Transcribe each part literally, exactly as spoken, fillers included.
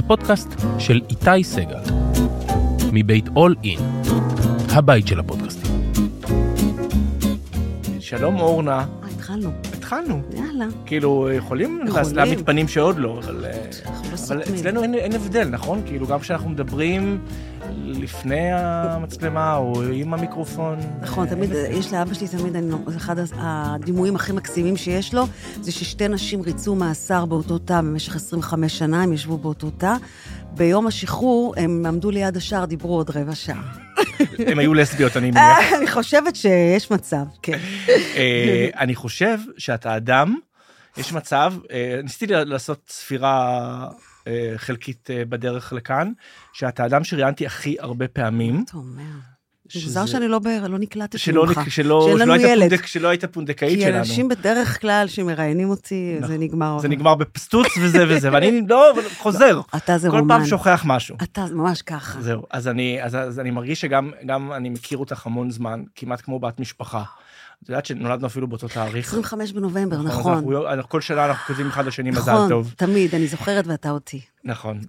הפודקאסט של איתי סגל, מבית אול אין, הבית של הפודקאסטים. שלום אורנה. התחלנו. התחלנו. יאללה. כאילו, יכולים להעמיד פנים שעוד לא, אבל, אבל אצלנו אין, אין הבדל, נכון? כאילו, גם כשאנחנו מדברים לפני המצלמה או עם המיקרופון. נכון, תמיד, יש לאבא שלי תמיד, אני, אחד הדימויים הכי מקסימים שיש לו, זה ששתי נשים ריצו מאסר באותו תא במשך עשרים וחמש שנה, הם ישבו באותו תא. ביום השחרור, הם עמדו ליד השער, דיברו עוד רבע שעה. הם היו לסביות, אני מניח. אני חושבת שיש מצב, כן. אני חושב שאתה אדם, יש מצב, ניסיתי לעשות ספירה חלקית בדרך לכאן, שאתה אדם שראיינתי הכי הרבה פעמים. אתה אומר. זה מוזר שאני לא נקלטתי ממך. שלא היית פונדקאית שלנו. כי אנשים בדרך כלל שמראיינים אותי, זה נגמר. זה נגמר בפסטוץ וזה וזה, ואני לא חוזר. אתה זה רומן. כל פעם שוכח משהו. אתה ממש ככה. זהו, אז אני מרגיש שגם אני מכיר אותך המון זמן, כמעט כמו בת משפחה. את יודעת שנולדנו אפילו באותו תאריך. עשרים וחמישה בנובמבר, נכון. כל שנה אנחנו כותבים אחד לשני מזל טוב. נכון, תמיד, אני זוכרת ואתה אותי. נכון.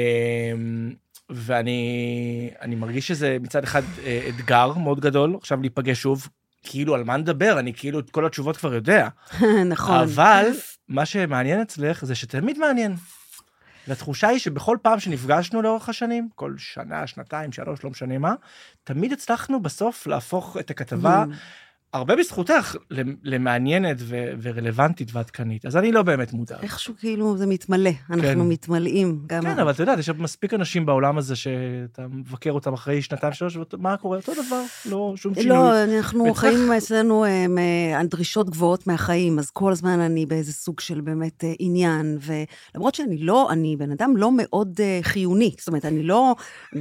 ואני אני מרגיש שזה מצד אחד אתגר מאוד גדול, עכשיו להיפגש שוב, כאילו על מה נדבר, אני כאילו את כל התשובות כבר יודע. נכון. אבל מה שמעניין אצלך זה שתמיד מעניין. והתחושה היא שבכל פעם שנפגשנו לאורך השנים, כל שנה, שנתיים, שלוש, לא משנה מה, תמיד הצלחנו בסוף להפוך את הכתבה הרבה בזכותך למעניינת ורלוונטית ועדכנית. אז אני לא באמת מודע. איכשהו כאילו זה מתמלא, אנחנו מתמלאים. כן, אבל אתה יודעת, יש מספיק אנשים בעולם הזה שאתה מבקר אותם אחרי שנתיים שלוש, ומה קורה? אותו דבר, לא שום שינוי. לא, אנחנו חיים אצלנו על דרישות גבוהות מהחיים, אז כל הזמן אני באיזה סוג של באמת עניין, ולמרות שאני לא, אני בן אדם לא מאוד חיוני, זאת אומרת, אני לא...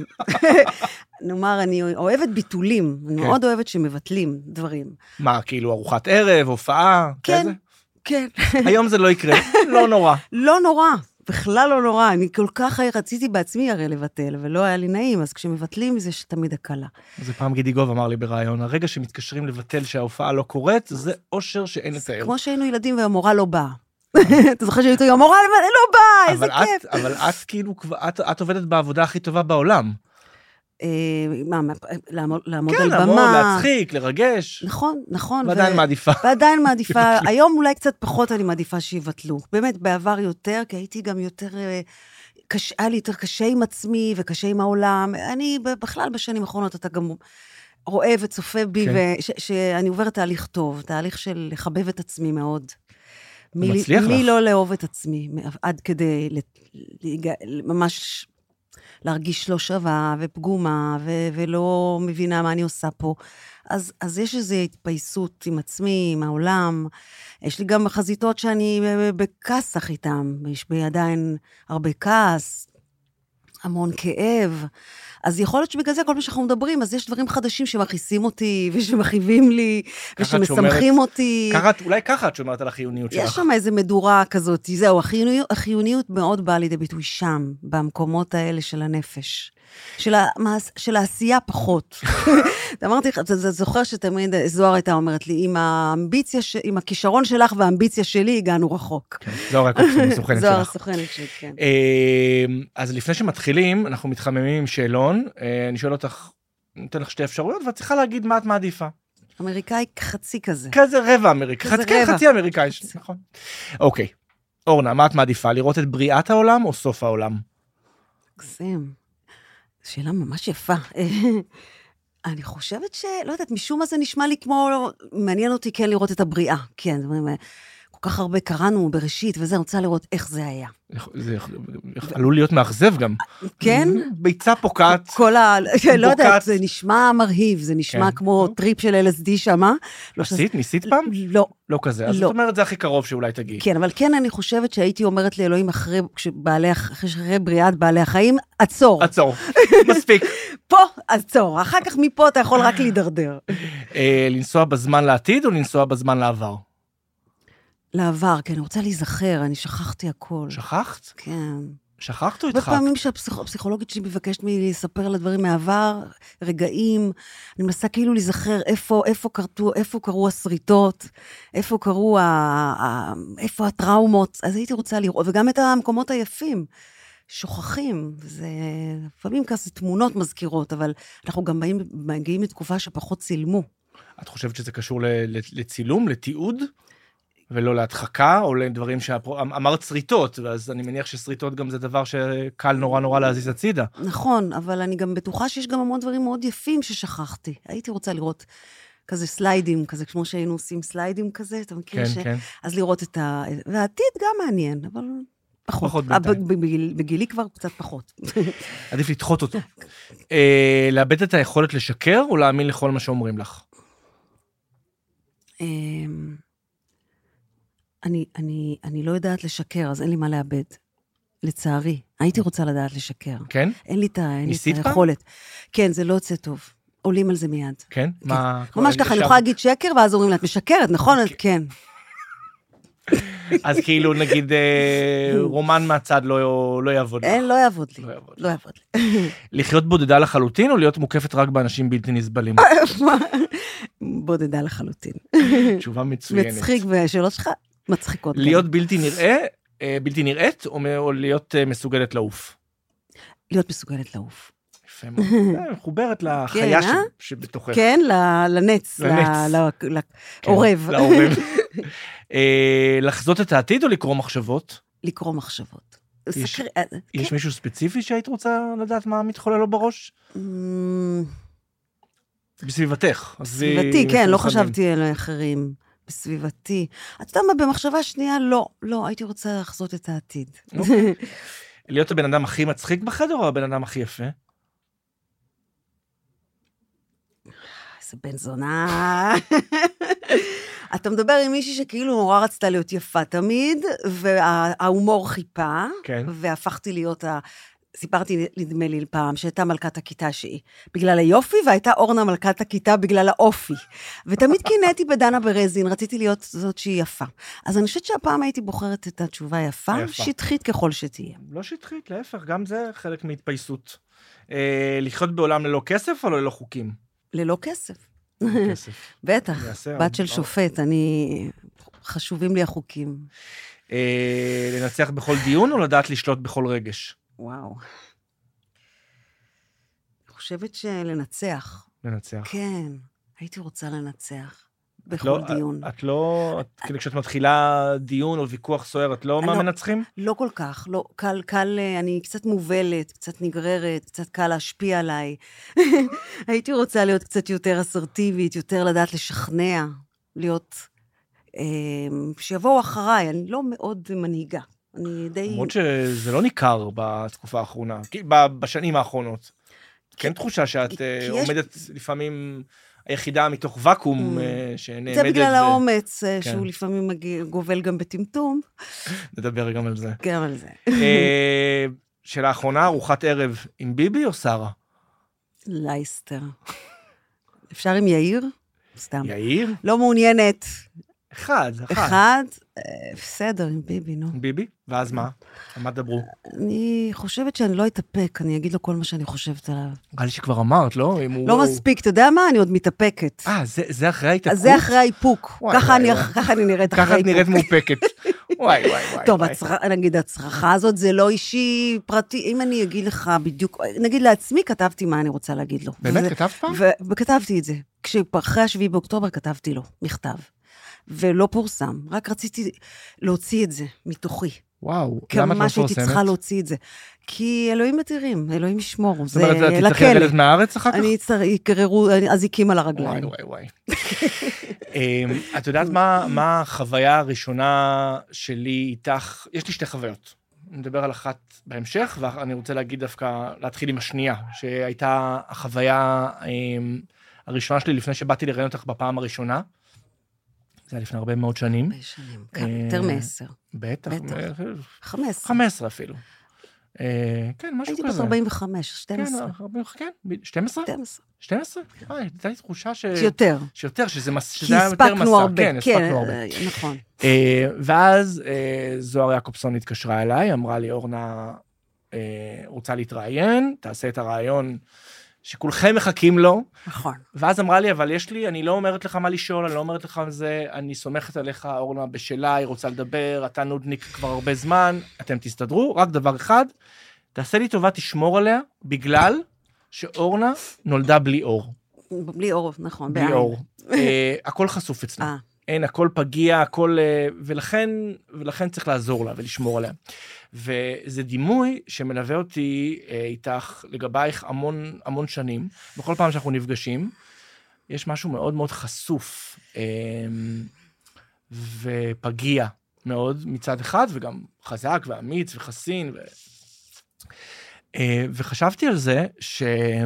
נאמר, אני אוהבת ביטולים, אני מאוד אוהבת שמבטלים דברים. מה, כאילו ארוחת ערב, הופעה? כן, כן. היום זה לא יקרה, לא נורא. לא נורא, בכלל לא נורא. אני כל כך רציתי בעצמי הרי לבטל, ולא היה לי נעים, אז כשמבטלים זה שתמיד הקלה. זה פעם גידי גוב אמר לי ברעיון, הרגע שמתקשרים לבטל שההופעה לא קורית, זה אושר שאין לתאר. כמו שהיינו ילדים והמורה לא באה. אתה זוכר שהייתו, המורה לא באה, איזה כיף. אבל את כאילו, את עובדת בעבודה הכי טובה בעולם. מה, לעמוד על במה. כן, לעמוד, להצחיק, לרגש. נכון, נכון. ועדיין מעדיפה. ועדיין מעדיפה. היום אולי קצת פחות אני מעדיפה שיבטלו. באמת, בעבר יותר, כי הייתי גם יותר, היה לי יותר קשה עם עצמי וקשה עם העולם. אני בכלל בשנים האחרונות, אתה גם רואה וצופה בי, שאני עוברת תהליך טוב, תהליך של לחבב את עצמי מאוד. מצליח לך. מי לא לאהוב את עצמי, עד כדי ממש... להרגיש לא שווה ופגומה, ו- ולא מבינה מה אני עושה פה. אז, אז יש איזו התפייסות עם עצמי, עם העולם. יש לי גם חזיתות שאני בכסח איתם. יש בי עדיין הרבה כעס, המון כאב. אז יכול להיות שבגלל זה כל מה שאנחנו מדברים, אז יש דברים חדשים שמכיסים אותי, ושמכיבים לי, ושמשמחים אותי. ככה, אולי ככה את שומרת על החיוניות שלך. יש שם איזו מדורה כזאת, זהו, החיוניות, החיוניות מאוד באה לידי ביטוי שם, במקומות האלה של הנפש. של, המעש, של העשייה פחות. אמרתי לך, אתה זוכר שתמיד זוהר הייתה אומרת לי, עם האמביציה, עם הכישרון שלך והאמביציה שלי, הגענו רחוק. זוהר הסוכנת שלך. זוהר הסוכנת שלי, כן. אז לפני שמתחילים, אנחנו מתחממים עם שאלון, אני שואל אותך, נותן לך שתי אפשרויות, ואת צריכה להגיד מה את מעדיפה. אמריקאי חצי כזה. כזה רבע אמריקאי. חצי אמריקאי, נכון. אוקיי. אורנה, מה את מעדיפה? לראות את בריאת העולם או סוף העולם? קסים. שאלה ממש יפה. אני חושבת שלא יודעת, משום מה זה נשמע לי כמו, מעניין אותי כן לראות את הבריאה. כן, כל כך הרבה קראנו בראשית, וזה, אני רוצה לראות איך זה היה. זה עלול להיות מאכזב גם. כן? ביצה פוקעת. כל ה... לא יודעת, זה נשמע מרהיב, זה נשמע כמו טריפ של אל אס די שמה. ניסית? ניסית פעם? לא. לא כזה, אז זאת אומרת, זה הכי קרוב שאולי תגיד. כן, אבל כן אני חושבת שהייתי אומרת לאלוהים אחרי בריאת בעלי החיים, עצור. עצור, מספיק. פה, עצור. אחר כך מפה אתה יכול רק להידרדר. לנסוע בזמן לעתיד או לנסוע בזמן לעבר? לעבר, כי אני רוצה להיזכר, אני שכחתי הכל. שכחת? כן. שכחת או התחלת? בפעמים שהפסיכולוגית שלי מבקשת לי לספר לדברים מעבר, רגעים, אני מנסה כאילו להיזכר איפה, איפה קרתו, איפה קרו הסריטות, איפה קרו, ה, ה, איפה הטראומות, אז הייתי רוצה לראות, וגם את המקומות היפים, שוכחים, זה לפעמים כזה תמונות מזכירות, אבל אנחנו גם באים, מגיעים לתקופה שפחות צילמו. את חושבת שזה קשור לצילום, לתיעוד, ולא להדחקה, או לדברים שאמרת שריטות, ואז אני מניח ששריטות גם זה דבר שקל נורא נורא להזיז הצידה. נכון, אבל אני גם בטוחה שיש גם המון דברים מאוד יפים ששכחתי. הייתי רוצה לראות כזה סליידים, כזה כמו שהיינו עושים סליידים כזה, אתה מכיר כן, ש... כן. אז לראות את ה... והעתיד גם מעניין, אבל פחות. פחות בינתיים. בגיל, בגילי כבר קצת פחות. עדיף לדחות אותו. אה, לאבד את היכולת לשקר, או להאמין לכל מה שאומרים לך? אני, אני, אני לא יודעת לשקר, אז אין לי מה לאבד. לצערי. הייתי רוצה לדעת לשקר. כן? אין לי את ניסית פעם? היכולת. כן, זה לא יוצא טוב. עולים על זה מיד. כן? מה... ממש ככה, אני יכולה להגיד שקר, ואז אומרים לה, את משקרת, נכון? כן. אז כאילו, נגיד, רומן מהצד לא יעבוד לך. אין, לא יעבוד לי. לא יעבוד. לא יעבוד לי. לחיות בודדה לחלוטין, או להיות מוקפת רק באנשים בלתי נסבלים? בודדה לחלוטין. תשובה מצוינת. מצחיק, והשאלות שלך מצחיקות. להיות בלתי נראה, בלתי נראית, או להיות מסוגלת לעוף? להיות מסוגלת לעוף. יפה מאוד. מחוברת לחיה שבתוכך. כן, לנץ, לעורב. לעורב. לחזות את העתיד או לקרוא מחשבות? לקרוא מחשבות. יש מישהו ספציפי שהיית רוצה לדעת מה מתחולל לו בראש? בסביבתך. בסביבתי, כן, לא חשבתי על אחרים. בסביבתי. את יודעת מה, במחשבה שנייה, לא, לא, הייתי רוצה לחזות את העתיד. להיות הבן אדם הכי מצחיק בחדר, או הבן אדם הכי יפה? איזה בן זונה. אתה מדבר עם מישהי שכאילו נורא רצתה להיות יפה תמיד, וההומור חיפה, כן. והפכתי להיות ה... סיפרתי, נדמה לי פעם, שהייתה מלכת הכיתה שהיא, בגלל היופי, והייתה אורנה מלכת הכיתה בגלל האופי. ותמיד קינאתי בדנה ברזין, רציתי להיות זאת שהיא יפה. אז אני חושבת שהפעם הייתי בוחרת את התשובה יפה, היפה. שטחית ככל שתהיה. לא שטחית, להפך, גם זה חלק מהתפייסות. אה, לחיות בעולם ללא כסף או ללא חוקים? ללא כסף. ללא כסף. בטח, בת של שופט, אני... חשובים לי החוקים. אה, לנצח בכל דיון או לדעת לשלוט בכל רגש? וואו. אני חושבת שלנצח. לנצח. כן, הייתי רוצה לנצח. בכל לא, דיון. את לא, את, כאילו כשאת מתחילה דיון או ויכוח סוער, את לא מה לא, מנצחים? לא כל כך, לא, קל, קל, אני קצת מובלת, קצת נגררת, קצת קל להשפיע עליי. הייתי רוצה להיות קצת יותר אסרטיבית, יותר לדעת לשכנע, להיות, אה, שיבואו אחריי, אני לא מאוד מנהיגה. אני די... למרות שזה לא ניכר בתקופה האחרונה, בשנים האחרונות. כן תחושה שאת עומדת לפעמים היחידה מתוך וקום שנעמדת. זה בגלל האומץ, שהוא לפעמים גובל גם בטמטום. נדבר גם על זה. גם על זה. שאלה האחרונה, ארוחת ערב עם ביבי או שרה? לייסטר. אפשר עם יאיר? סתם. יאיר? לא מעוניינת. אחד, אחד. אחד, בסדר, עם ביבי, נו. ביבי? ואז מה? מה דברו? אני חושבת שאני לא אתאפק, אני אגיד לו כל מה שאני חושבת עליו. נראה לי שכבר אמרת, לא? לא מספיק, אתה יודע מה? אני עוד מתאפקת. אה, זה אחרי ההתאפקות? אז זה אחרי האיפוק. ככה אני נראית אחרי האיפוק. ככה את נראית מאופקת. וואי, וואי, וואי. טוב, נגיד, הצרחה הזאת זה לא אישי פרטי. אם אני אגיד לך בדיוק, נגיד לעצמי, כתבתי מה אני רוצה להגיד לו. באמת? כתבת פעם? וכתבתי את זה. כשאחרי השביעי באוקטובר כתבתי לו מכתב. ולא פורסם, רק רציתי להוציא את זה מתוכי. וואו, למה את לא כמה שהייתי פורסמת? צריכה להוציא את זה. כי אלוהים מתירים, אלוהים ישמור. זאת אומרת, את תצטרכי לרדת מהארץ אחר כך? אני יקררו, אזיקים על הרגליים. וואי, וואי, וואי. את יודעת מה החוויה הראשונה שלי איתך? יש לי שתי חוויות. אני מדבר על אחת בהמשך, ואני רוצה להגיד דווקא, להתחיל עם השנייה, שהייתה החוויה הראשונה שלי לפני שבאתי לראיין אותך בפעם הראשונה. זה היה לפני הרבה מאוד שנים. הרבה שנים, יותר מעשר. בטח. חמש עשרה. חמש עשרה אפילו. כן, משהו כזה. הייתי בת ארבעים וחמש, שתים עשרה. כן, שתים עשרה? שתים עשרה. שתים עשרה? אה, הייתה לי תחושה ש... שיותר. שיותר, שזה היה כי יותר מסע. הספקנו הרבה. כן, הספקנו הרבה. נכון. ואז זוהר יעקובסון התקשרה אליי, אמרה לי, אורנה רוצה להתראיין, תעשה את הרעיון שכולכם מחכים לו. נכון. ואז אמרה לי, אבל יש לי, אני לא אומרת לך מה לשאול, אני לא אומרת לך על זה, אני סומכת עליך, אורנה בשלה, היא רוצה לדבר, אתה נודניק כבר הרבה זמן, אתם תסתדרו, רק דבר אחד, תעשה לי טובה, תשמור עליה, בגלל שאורנה נולדה בלי אור. בלי אור, נכון, בלי אור. הכל חשוף אצלה. אין, הכל פגיע, הכל, ולכן, ולכן צריך לעזור לה ולשמור עליה. וזה דימוי שמלווה אותי איתך לגבייך המון, המון שנים. בכל פעם שאנחנו נפגשים, יש משהו מאוד מאוד חשוף ופגיע מאוד מצד אחד, וגם חזק ואמיץ וחסין. ו... וחשבתי על זה ש...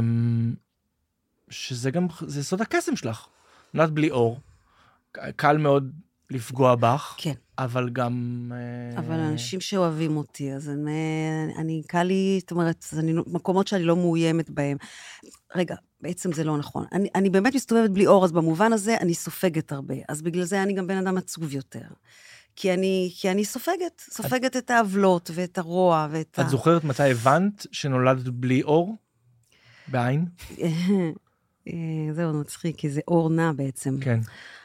שזה גם, זה סוד הקסם שלך. נולדת בלי אור. קל מאוד לפגוע בך, כן. אבל גם... אבל אנשים שאוהבים אותי, אז אני, אני קל לי, זאת אומרת, אני, מקומות שאני לא מאוימת בהם. רגע, בעצם זה לא נכון. אני, אני באמת מסתובבת בלי אור, אז במובן הזה אני סופגת הרבה. אז בגלל זה אני גם בן אדם עצוב יותר. כי אני, כי אני סופגת, סופגת את העוולות ואת הרוע ואת ה... את זוכרת מתי הבנת שנולדת בלי אור? בעין? זהו, מצחיק, כי זה אור נע בעצם. כן.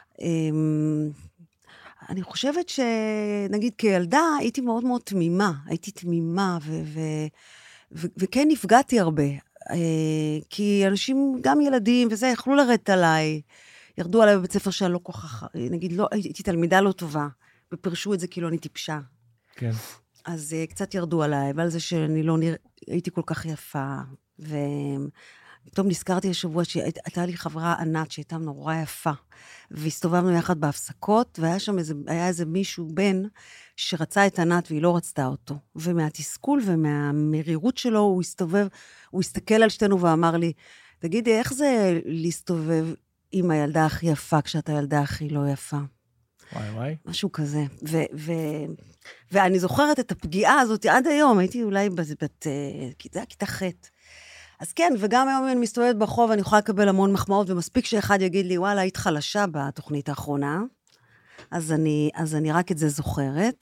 אני חושבת שנגיד כילדה הייתי מאוד מאוד תמימה, הייתי תמימה ו- ו- ו- וכן נפגעתי הרבה, כי אנשים, גם ילדים וזה, יכלו לרדת עליי, ירדו עליי בבית ספר שאני לא כל כך, נגיד, לא, הייתי תלמידה לא טובה, ופרשו את זה כאילו אני טיפשה. כן. אז קצת ירדו עליי, ועל זה שאני לא נרא... הייתי כל כך יפה, ו... פתאום נזכרתי השבוע שהייתה לי חברה ענת שהייתה נורא יפה, והסתובבנו יחד בהפסקות, והיה שם איזה, היה איזה מישהו בן שרצה את ענת והיא לא רצתה אותו. ומהתסכול ומהמרירות שלו הוא הסתובב, הוא הסתכל על שתינו ואמר לי, תגידי, איך זה להסתובב עם הילדה הכי יפה כשאתה הילדה הכי לא יפה? וואי וואי. משהו כזה. ו- ו- ואני זוכרת את הפגיעה הזאת עד היום, הייתי אולי בת, זה היה כיתה חטא. אז כן, וגם היום אני מסתובבת ברחוב, אני יכולה לקבל המון מחמאות, ומספיק שאחד יגיד לי, וואלה, היית חלשה בתוכנית האחרונה, אז אני, אז אני רק את זה זוכרת.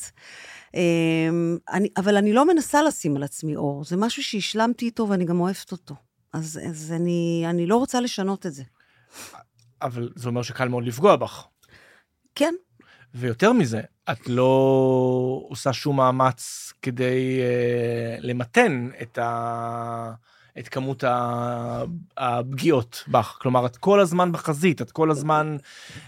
אני, אבל אני לא מנסה לשים על עצמי אור, זה משהו שהשלמתי איתו, ואני גם אוהבת אותו. אז, אז אני, אני לא רוצה לשנות את זה. אבל זה אומר שקל מאוד לפגוע בך. כן. ויותר מזה, את לא עושה שום מאמץ כדי uh, למתן את ה... את כמות הפגיעות בך. כלומר, את כל הזמן בחזית, את כל הזמן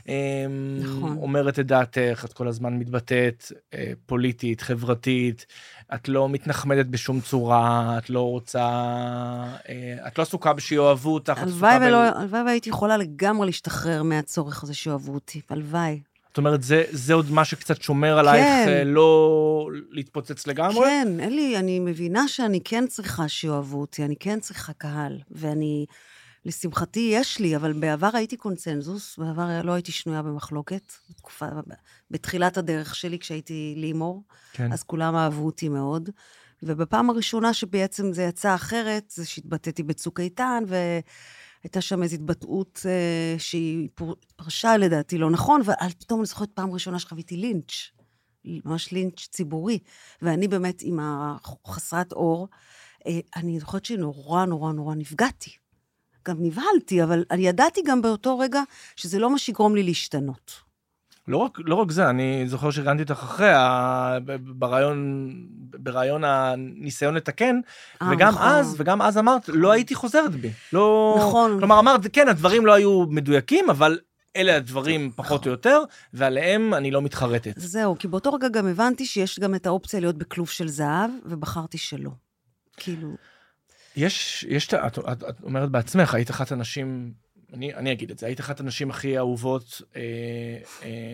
נכון. אומרת את דעתך, את כל הזמן מתבטאת פוליטית, חברתית, את לא מתנחמדת בשום צורה, את לא רוצה, את לא עסוקה בשיאהבו אותך. הלוואי ולא, הלוואי והייתי יכולה לגמרי להשתחרר מהצורך הזה שאוהבו אותי, הלוואי. זאת אומרת, זה, זה עוד מה שקצת שומר עלייך, כן. לא להתפוצץ לגמרי? כן, אלי, אני מבינה שאני כן צריכה שאוהבו אותי, אני כן צריכה קהל, ואני, לשמחתי יש לי, אבל בעבר הייתי קונצנזוס, בעבר לא הייתי שנויה במחלוקת, בתקופה, בתחילת הדרך שלי, כשהייתי לימור, כן. אז כולם אהבו אותי מאוד, ובפעם הראשונה שבעצם זה יצא אחרת, זה שהתבטאתי בצוק איתן, ו... הייתה שם איזו התבטאות אה, שהיא פרשה לדעתי לא נכון, ופתאום אני זוכרת פעם ראשונה שחוויתי לינץ', ממש לינץ' ציבורי, ואני באמת עם החסרת אור, אה, אני זוכרת שנורא נורא נורא נפגעתי. גם נבהלתי, אבל אני ידעתי גם באותו רגע שזה לא מה שיגרום לי להשתנות. לא רק, לא רק זה, אני זוכר שהגנתי אותך אחרי, ברעיון, ברעיון הניסיון לתקן, וגם אז, וגם אז אמרת, לא הייתי חוזרת בי. לא, נכון. כלומר, אמרת, כן, הדברים לא היו מדויקים, אבל אלה הדברים פחות או יותר, ועליהם אני לא מתחרטת. זהו, כי באותו רגע גם הבנתי שיש גם את האופציה להיות בכלוב של זהב, ובחרתי שלא. כאילו... יש, יש, את, את, את אומרת בעצמך, היית אחת אנשים... אני, אני אגיד את זה, היית אחת הנשים הכי אהובות אה, אה,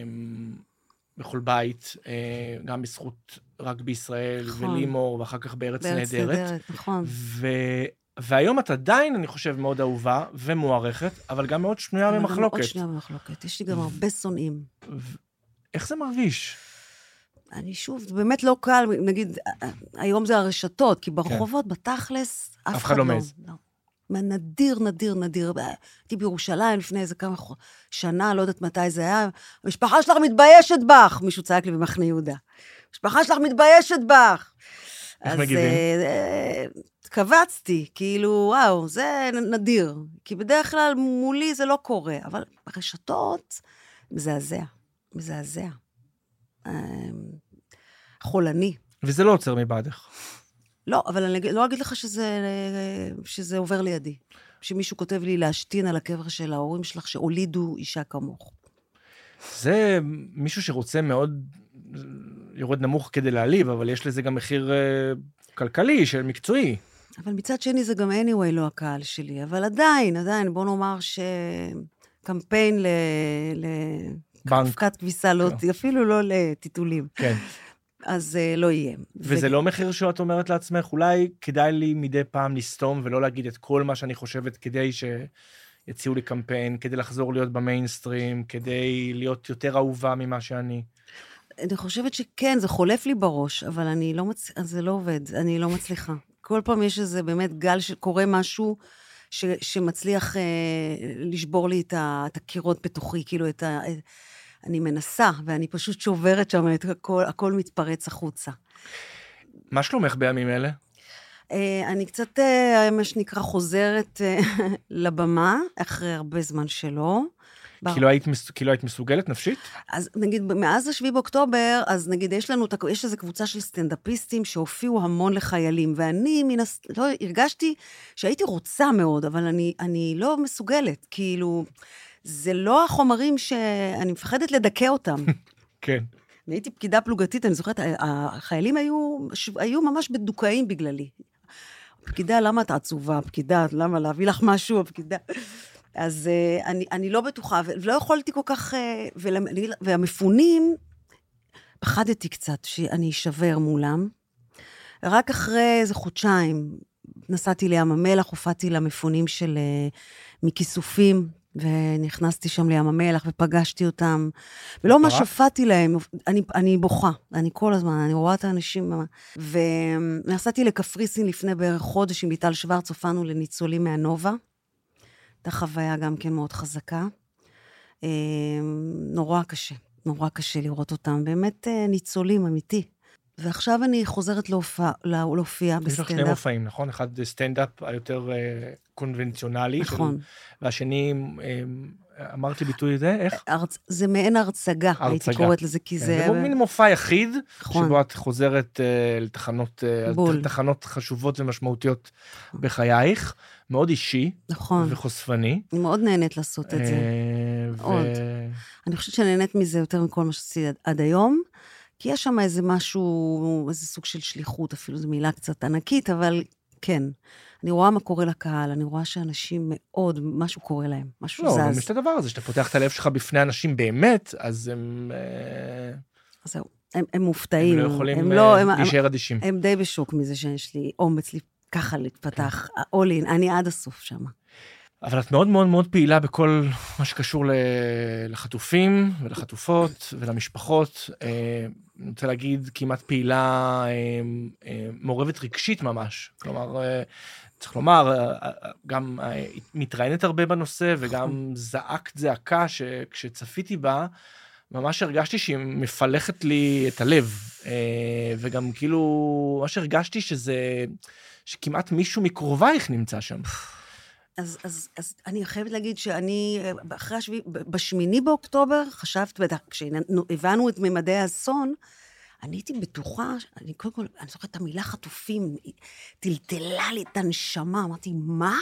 בכל בית, אה, גם בזכות רק בישראל, נכון. ולימור, ואחר כך בארץ, בארץ נהדרת. נהדרת, נכון. ו, והיום את עדיין, אני חושב, מאוד אהובה ומוערכת, אבל גם מאוד שנויה במחלוקת. מאוד שנויה במחלוקת, יש לי גם הרבה שונאים. ו, איך זה מרגיש? אני שוב, זה באמת לא קל, נגיד, היום זה הרשתות, כי ברחובות, כן. בתכלס, אף, אף אחד לא מעז. לא. נדיר, נדיר, נדיר. הייתי בירושלים לפני איזה כמה שנה, לא יודעת מתי זה היה. המשפחה שלך מתביישת בך. מישהו צעק לי במחנה יהודה. המשפחה שלך מתביישת בך. איך מגיבים? אז קבצתי, כאילו, וואו, זה נדיר. כי בדרך כלל מולי זה לא קורה, אבל ברשתות, מזעזע. מזעזע. חולני. וזה לא עוצר מבעדך. לא, אבל אני לא אגיד לך שזה, שזה עובר לידי. שמישהו כותב לי להשתין על הקבר של ההורים שלך, שהולידו אישה כמוך. זה מישהו שרוצה מאוד יורד נמוך כדי להעליב, אבל יש לזה גם מחיר כלכלי, של מקצועי. אבל מצד שני זה גם anyway לא הקהל שלי, אבל עדיין, עדיין, בוא נאמר שקמפיין ל... לקפקת כביסה, לא, אפילו לא לטיטולים. כן. אז uh, לא יהיה. וזה ו... לא מחיר שאת אומרת לעצמך, אולי כדאי לי מדי פעם לסתום, ולא להגיד את כל מה שאני חושבת, כדי שיציעו לי קמפיין, כדי לחזור להיות במיינסטרים, כדי להיות יותר אהובה ממה שאני. אני חושבת שכן, זה חולף לי בראש, אבל אני לא מצ... זה לא עובד, אני לא מצליחה. כל פעם יש איזה באמת גל שקורה משהו, ש... שמצליח אה, לשבור לי את, ה... את הקירות בתוכי, כאילו את ה... אני מנסה, ואני פשוט שוברת שם, את הכל, הכל מתפרץ החוצה. מה שלומך בימים אלה? אני קצת, מה שנקרא, חוזרת לבמה, אחרי הרבה זמן שלא. כאילו היית, כאילו היית מסוגלת נפשית? אז נגיד, מאז השביעי באוקטובר, אז נגיד, יש לנו, יש איזו קבוצה של סטנדאפיסטים שהופיעו המון לחיילים, ואני מן הס... לא, הרגשתי שהייתי רוצה מאוד, אבל אני, אני לא מסוגלת, כאילו... זה לא החומרים שאני מפחדת לדכא אותם. כן. אני הייתי פקידה פלוגתית, אני זוכרת, החיילים היו, היו ממש בדוקאים בגללי. פקידה, למה את עצובה? פקידה, למה להביא לך משהו? פקידה. אז אני, אני לא בטוחה, ולא יכולתי כל כך, והמפונים, פחדתי קצת שאני אשבר מולם. רק אחרי איזה חודשיים, נסעתי לים המלח, הופעתי למפונים של מכיסופים, ונכנסתי שם לים המלח, ופגשתי אותם, ולא מה שפעתי להם, אני, אני בוכה, אני כל הזמן, אני רואה את האנשים, ונסעתי לקפריסין לפני בערך חודש, עם ביטל שוורץ, הופענו לניצולים מהנובה, הייתה חוויה גם כן מאוד חזקה, נורא קשה, נורא קשה לראות אותם, באמת ניצולים אמיתי, ועכשיו אני חוזרת להופיע, להופיע בסטנדאפ. יש לך שני מופעים, נכון? אחד סטנדאפפ היותר קונבנציונלי. נכון. והשני, אמרתי ביטוי זה, איך? זה מעין הרצגה, הייתי קוראת לזה, כי זה... זה מין מופע יחיד, שבו את חוזרת לתחנות, לתחנות חשובות ומשמעותיות בחייך, מאוד אישי וחושפני. אני מאוד נהנית לעשות את זה. מאוד. אני חושבת שנהנית מזה יותר מכל מה שעשיתי עד היום, כי יש שם איזה משהו, איזה סוג של שליחות, אפילו זו מילה קצת ענקית, אבל כן, אני רואה מה קורה לקהל, אני רואה שאנשים מאוד, משהו קורה להם, משהו זז. לא, אבל יש את הדבר הזה, שאתה פותח את הלב שלך בפני אנשים באמת, אז הם... אז זהו, הם, הם מופתעים. הם לא יכולים לא, הם, להישאר אדישים. הם, הם די בשוק מזה שיש לי אומץ לי ככה להתפתח, אולין, אני עד הסוף שם. אבל את מאוד מאוד מאוד פעילה בכל מה שקשור לחטופים ולחטופות ולמשפחות. אני רוצה להגיד, כמעט פעילה מעורבת רגשית ממש. כלומר, צריך לומר, גם מתראיינת הרבה בנושא, וגם זעקת זעקה שכשצפיתי בה, ממש הרגשתי שהיא מפלחת לי את הלב. וגם כאילו, מה שהרגשתי שזה, שכמעט מישהו מקרובייך נמצא שם. אז, אז, אז אני חייבת להגיד שאני, אחרי השביעי, בשמיני באוקטובר, חשבת, בטח, כשהבנו את ממדי האסון, אני הייתי בטוחה, אני קודם כל, אני זוכרת את המילה חטופים, טלטלה לי את הנשמה, אמרתי, מה?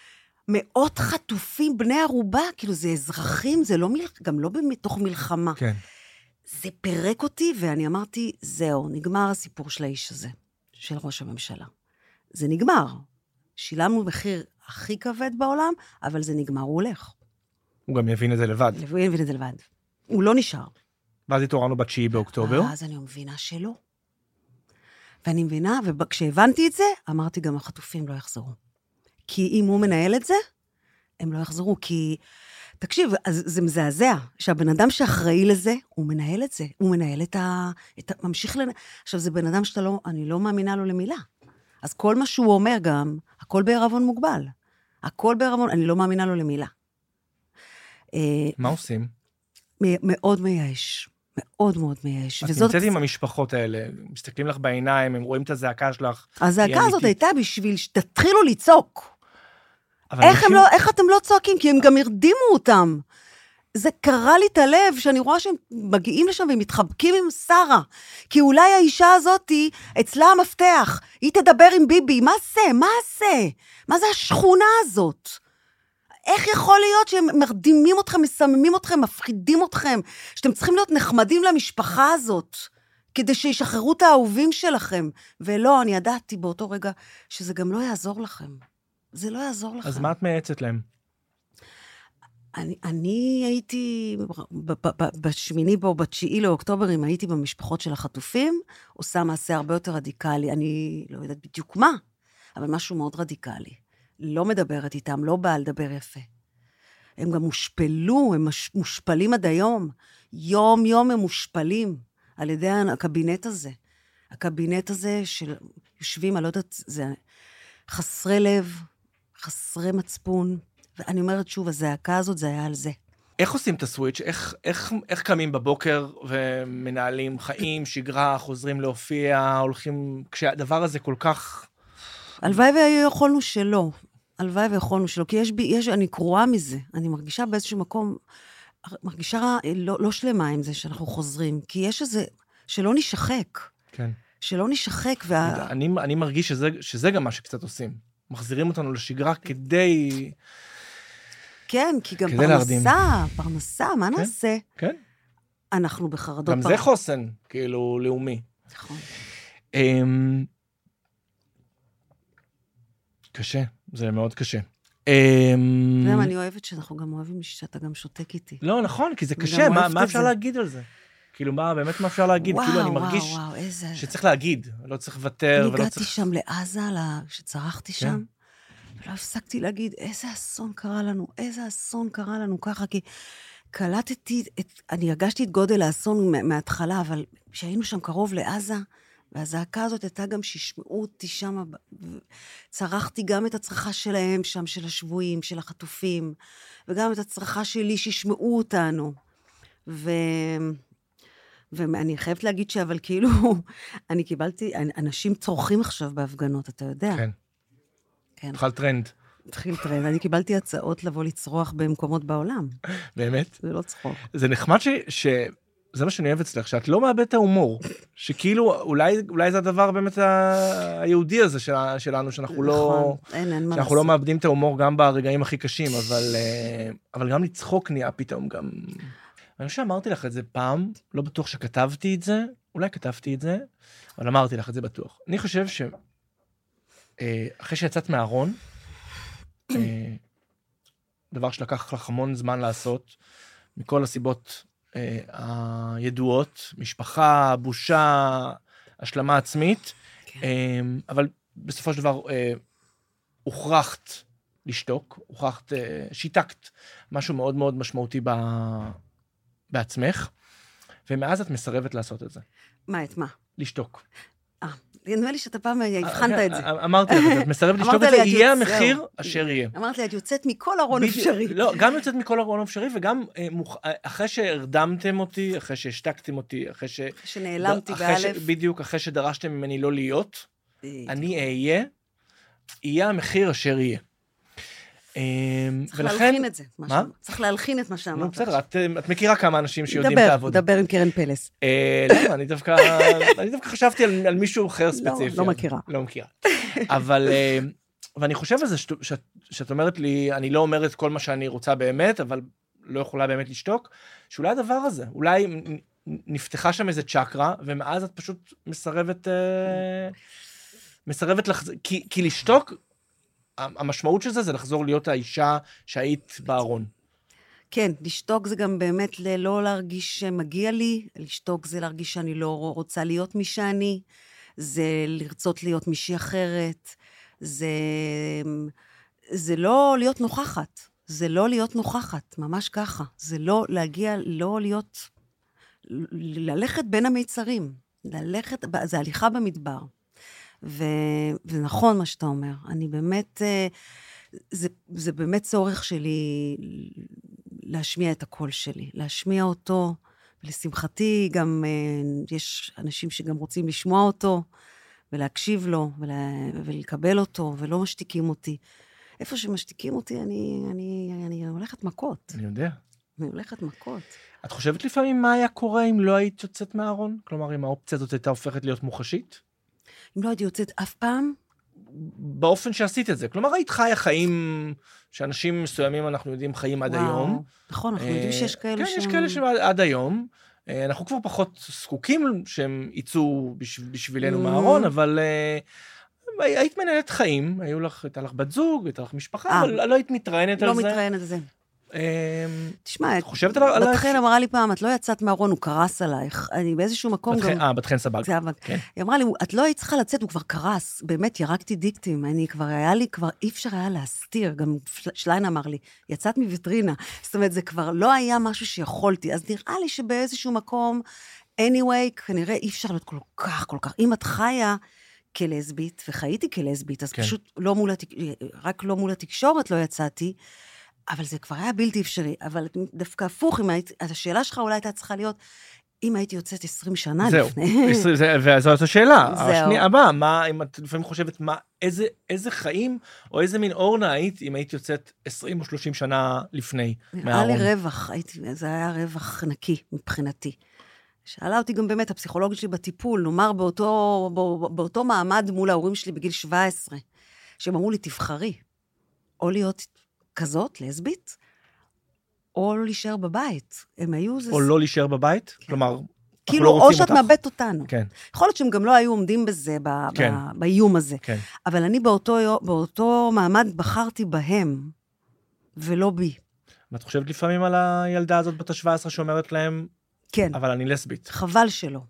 מאות חטופים בני ערובה, כאילו זה אזרחים, זה לא מלח, גם לא בתוך מלחמה. כן. זה פירק אותי, ואני אמרתי, זהו, נגמר הסיפור של האיש הזה, של ראש הממשלה. זה נגמר. שילמנו מחיר הכי כבד בעולם, אבל זה נגמר, הוא הולך. הוא גם יבין את זה לבד. הוא יבין את זה לבד. הוא לא נשאר. ואז התעוררנו בתשיעי באוקטובר. אז אני מבינה שלא. ואני מבינה, וכשהבנתי את זה, אמרתי גם החטופים לא יחזרו. כי אם הוא מנהל את זה, הם לא יחזרו, כי... תקשיב, אז זה מזעזע, שהבן אדם שאחראי לזה, הוא מנהל את זה. הוא מנהל את ה... את ה... ממשיך לנ... עכשיו, זה בן אדם שאתה לא... אני לא מאמינה לו למילה. אז כל מה שהוא אומר גם, הכל בערבון מוגבל. הכל בערבון, אני לא מאמינה לו למילה. מה עושים? מאוד מייאש. מאוד מאוד מייאש. את נמצאת עם המשפחות האלה, מסתכלים לך בעיניים, הם רואים את הזעקה שלך. הזעקה הזאת הייתה בשביל שתתחילו לצעוק. איך אתם לא צועקים? כי הם גם הרדימו אותם. זה קרה לי את הלב, שאני רואה שהם מגיעים לשם והם מתחבקים עם שרה, כי אולי האישה הזאת, אצלה המפתח, היא תדבר עם ביבי, מה זה? מה זה? מה זה השכונה הזאת? איך יכול להיות שהם מרדימים אתכם, מסממים אתכם, מפחידים אתכם, שאתם צריכים להיות נחמדים למשפחה הזאת, כדי שישחררו את האהובים שלכם? ולא, אני ידעתי באותו רגע שזה גם לא יעזור לכם. זה לא יעזור לכם. אז מה את מייעצת להם? אני, אני הייתי, בשמיני בו, בתשיעי לאוקטובר, אם הייתי במשפחות של החטופים, עושה מעשה הרבה יותר רדיקלי, אני לא יודעת בדיוק מה, אבל משהו מאוד רדיקלי. לא מדברת איתם, לא באה לדבר יפה. הם גם מושפלו, הם מושפלים עד היום. יום יום הם מושפלים על ידי הקבינט הזה. הקבינט הזה של יושבים, אני לא יודעת, זה חסרי לב, חסרי מצפון, ואני אומרת שוב, הזעקה הזאת, זה היה על זה. איך עושים את הסוויץ'? איך, איך, איך קמים בבוקר ומנהלים חיים, שגרה, חוזרים להופיע, הולכים, כשהדבר הזה כל כך... הלוואי ויכולנו שלא. הלוואי ויכולנו שלא, כי יש בי, יש, אני קרואה מזה. אני מרגישה באיזשהו מקום, מרגישה לא, לא שלמה עם זה שאנחנו חוזרים, כי יש איזה, שלא נשחק. כן. שלא נשחק. וה... אני, אני מרגיש שזה, שזה גם מה שקצת עושים. מחזירים אותנו לשגרה כדי... כן, כי גם פרנסה, פרנסה, מה נעשה? כן. אנחנו בחרדות. גם זה חוסן, כאילו, לאומי. נכון. קשה, זה מאוד קשה. למה, אני אוהבת שאנחנו גם אוהבים שאתה גם שותק איתי. לא, נכון, כי זה קשה, מה אפשר להגיד על זה? כאילו, מה, באמת מה אפשר להגיד? כאילו, אני מרגיש שצריך להגיד, לא צריך לוותר. אני הגעתי שם לעזה, כשצרחתי שם, לא הפסקתי להגיד, איזה אסון קרה לנו, איזה אסון קרה לנו ככה, כי קלטתי, את, אני הרגשתי את גודל האסון מההתחלה, אבל כשהיינו שם קרוב לעזה, והזעקה הזאת הייתה גם שישמעו אותי שם, צרחתי גם את הצרחה שלהם שם, של השבויים, של החטופים, וגם את הצרחה שלי שישמעו אותנו. ו... ואני חייבת להגיד שאבל כאילו, אני קיבלתי, אנשים צורכים עכשיו בהפגנות, אתה יודע? כן. כן. התחל טרנד. התחיל טרנד, אני קיבלתי הצעות לבוא לצרוח במקומות בעולם. באמת? זה לא צחוק. זה נחמד ש... ש... זה מה שאני אוהב אצלך, שאת לא מאבדת את ההומור. שכאילו, אולי, אולי זה הדבר באמת היהודי הזה של, שלנו, שאנחנו לא... אין, אין מה שאנחנו לא מאבדים את ההומור גם ברגעים הכי קשים, אבל, אבל גם לצחוק נהיה פתאום גם... אני חושב שאמרתי לך את זה פעם, לא בטוח שכתבתי את זה, אולי כתבתי את זה, אבל אמרתי לך את זה בטוח. אני חושב ש... אחרי שיצאת מהארון, דבר שלקח לך המון זמן לעשות, מכל הסיבות הידועות, משפחה, בושה, השלמה עצמית, אבל בסופו של דבר הוכרחת לשתוק, הוכרחת, שיתקת משהו מאוד מאוד משמעותי בעצמך, ומאז את מסרבת לעשות את זה. מה, את מה? לשתוק. אה, נדמה לי שאתה פעם הבחנת את זה. אמרתי לך, את מסרבת לשתוק את זה, יהיה המחיר אשר יהיה. אמרת לי, את יוצאת מכל ארון אפשרי. לא, גם יוצאת מכל ארון אפשרי, וגם אחרי שהרדמתם אותי, אחרי שהשתקתם אותי, אחרי ש... שנעלמתי באלף. בדיוק, אחרי שדרשתם ממני לא להיות, אני אהיה, יהיה המחיר אשר יהיה. צריך להלחין את זה. מה? צריך להלחין את מה שאמרת. בסדר, את מכירה כמה אנשים שיודעים את העבודה. דבר עם קרן פלס. לא, אני דווקא חשבתי על מישהו אחר ספציפי. לא מכירה. לא מכירה. אבל, ואני חושב על זה שאת אומרת לי, אני לא אומרת כל מה שאני רוצה באמת, אבל לא יכולה באמת לשתוק, שאולי הדבר הזה, אולי נפתחה שם איזה צ'קרה, ומאז את פשוט מסרבת, מסרבת לחזור, כי לשתוק, המשמעות של זה, זה לחזור להיות האישה שהיית בארון. כן, לשתוק זה גם באמת לא להרגיש שמגיע לי, לשתוק זה להרגיש שאני לא רוצה להיות מי שאני, זה לרצות להיות מישהי אחרת, זה, זה לא להיות נוכחת, זה לא להיות נוכחת, ממש ככה, זה לא להגיע, לא להיות, ללכת בין המיצרים, ללכת, זה הליכה במדבר. ו... ונכון מה שאתה אומר, אני באמת, זה, זה באמת צורך שלי להשמיע את הקול שלי, להשמיע אותו, ולשמחתי גם יש אנשים שגם רוצים לשמוע אותו, ולהקשיב לו, ולה... ולקבל אותו, ולא משתיקים אותי. איפה שמשתיקים אותי, אני, אני, אני הולכת מכות. אני יודע. אני הולכת מכות. את חושבת לפעמים מה היה קורה אם לא היית יוצאת מהארון? כלומר, אם האופציה הזאת הייתה הופכת להיות מוחשית? אם לא הייתי יוצאת אף פעם? באופן שעשית את זה. כלומר, היית חיה חיים שאנשים מסוימים, אנחנו יודעים, חיים עד היום. נכון, אנחנו יודעים שיש כאלה כן, יש כאלה שעד היום. אנחנו כבר פחות זקוקים שהם יצאו בשבילנו מהארון, אבל היית מנהלת חיים, הייתה לך בת זוג, הייתה לך משפחה, אבל לא היית מתראיינת על זה. לא מתראיינת על זה. תשמע, חושבת עלייך? בת חן אמרה לי פעם, את לא יצאת מהארון, הוא קרס עלייך. אני באיזשהו מקום גם... אה, בת חן סבג. היא אמרה לי, את לא היית צריכה לצאת, הוא כבר קרס. באמת, ירקתי דיקטים. אני כבר, היה לי, כבר אי אפשר היה להסתיר. גם שליין אמר לי, יצאת מוויטרינה. זאת אומרת, זה כבר לא היה משהו שיכולתי. אז נראה לי שבאיזשהו מקום, anyway, כנראה אי אפשר להיות כל כך, כל כך. אם את חיה כלסבית, וחייתי כלסבית, אז פשוט לא מול רק לא מול התקשורת לא יצאתי, אבל זה כבר היה בלתי אפשרי, אבל דווקא הפוך, השאלה שלך אולי הייתה צריכה להיות, אם הייתי יוצאת עשרים שנה לפני. זהו, וזאת השאלה. השנייה הבאה, מה, אם את לפעמים חושבת, מה, איזה חיים, או איזה מין אורנה היית, אם היית יוצאת עשרים או שלושים שנה לפני מהארון? היה לי רווח, זה היה רווח נקי מבחינתי. שאלה אותי גם באמת, הפסיכולוגית שלי בטיפול, נאמר באותו מעמד מול ההורים שלי בגיל שבע עשרה, שהם אמרו לי, תבחרי, או להיות כזאת, לסבית, או לא להישאר בבית. הם היו... או לא להישאר בבית? כלומר, כאילו, או שאת מאבדת אותנו. כן. יכול להיות שהם גם לא היו עומדים בזה, באיום הזה. כן. אבל אני באותו מעמד בחרתי בהם, ולא בי. ואת חושבת לפעמים על הילדה הזאת בת ה-שבע עשרה שאומרת להם, כן. אבל אני לסבית. חבל שלא.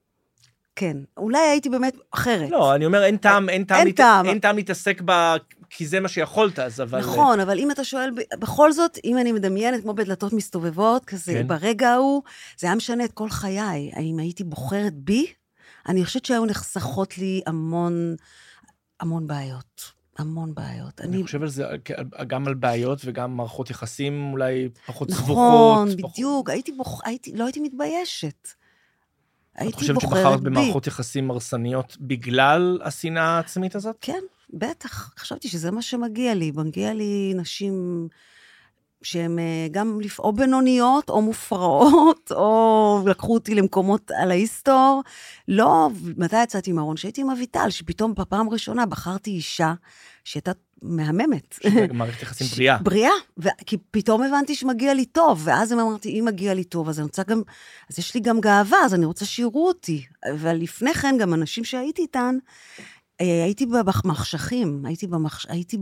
כן. אולי הייתי באמת אחרת. לא, אני אומר, אין טעם, אין טעם, אין טעם. אין טעם להתעסק בה, כי זה מה שיכולת, אז אבל... נכון, אבל אם אתה שואל, בכל זאת, אם אני מדמיינת כמו בדלתות מסתובבות, כזה, כן. ברגע ההוא, זה היה משנה את כל חיי. האם הייתי בוחרת בי? אני חושבת שהיו נחסכות לי המון, המון בעיות. המון בעיות. אני, אני חושב על זה, גם על בעיות וגם מערכות יחסים אולי פחות נכון, סבוכות. נכון, בדיוק. פחות... הייתי בוח... הייתי... לא הייתי מתביישת. את חושבת שבחרת במערכות יחסים הרסניות בגלל השנאה העצמית הזאת? כן, בטח. חשבתי שזה מה שמגיע לי. מגיע לי נשים שהן גם או בינוניות, או מופרעות, או לקחו אותי למקומות על ההיסטור. לא, מתי יצאתי מהארון? שהייתי עם אביטל, שפתאום בפעם ראשונה בחרתי אישה שהייתה מהממת. מערכת יחסים בריאה. בריאה, כי פתאום הבנתי שמגיע לי טוב, ואז אמרתי, אם מגיע לי טוב, אז אני רוצה גם, אז יש לי גם גאווה, אז אני רוצה שיראו אותי. אבל לפני כן, גם אנשים שהייתי איתן, הייתי במחשכים, הייתי, במחש... הייתי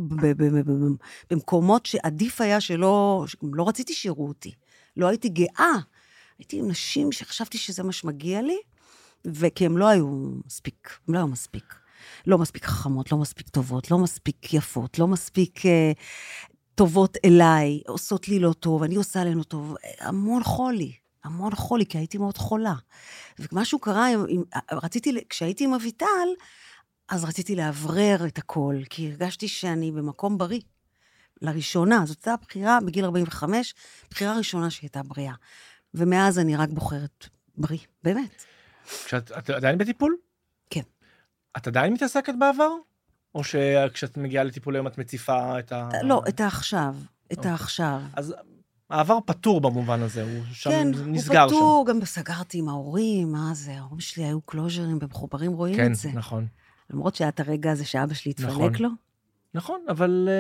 במקומות שעדיף היה שלא, לא רציתי שיראו אותי. לא הייתי גאה. הייתי עם נשים שחשבתי שזה מה שמגיע לי, וכי הם לא היו מספיק, הם לא היו מספיק. לא מספיק חכמות, לא מספיק טובות, לא מספיק יפות, לא מספיק אה, טובות אליי, עושות לי לא טוב, אני עושה עלינו טוב, המון חולי, המון חולי, כי הייתי מאוד חולה. ומשהו קרה, עם, רציתי, כשהייתי עם אביטל, אז רציתי להברר את הכל, כי הרגשתי שאני במקום בריא, לראשונה, זאת הייתה הבחירה בגיל ארבעים וחמש, בחירה ראשונה שהייתה בריאה. ומאז אני רק בוחרת בריא, באמת. כשאת, את עדיין בטיפול? כן. את עדיין מתעסקת בעבר? או שכשאת מגיעה לטיפול היום את מציפה את ה... לא, את העכשיו, את העכשיו. אז העבר פתור במובן הזה, הוא שם כן, נסגר שם. הוא פתור, גם סגרתי עם ההורים, מה זה, ההורים שלי היו קלוז'רים במחוברים, רואים כן, את זה. כן, נכון. למרות שאת הרגע הזה שאבא שלי התפלק נכון. לו. נכון, אבל,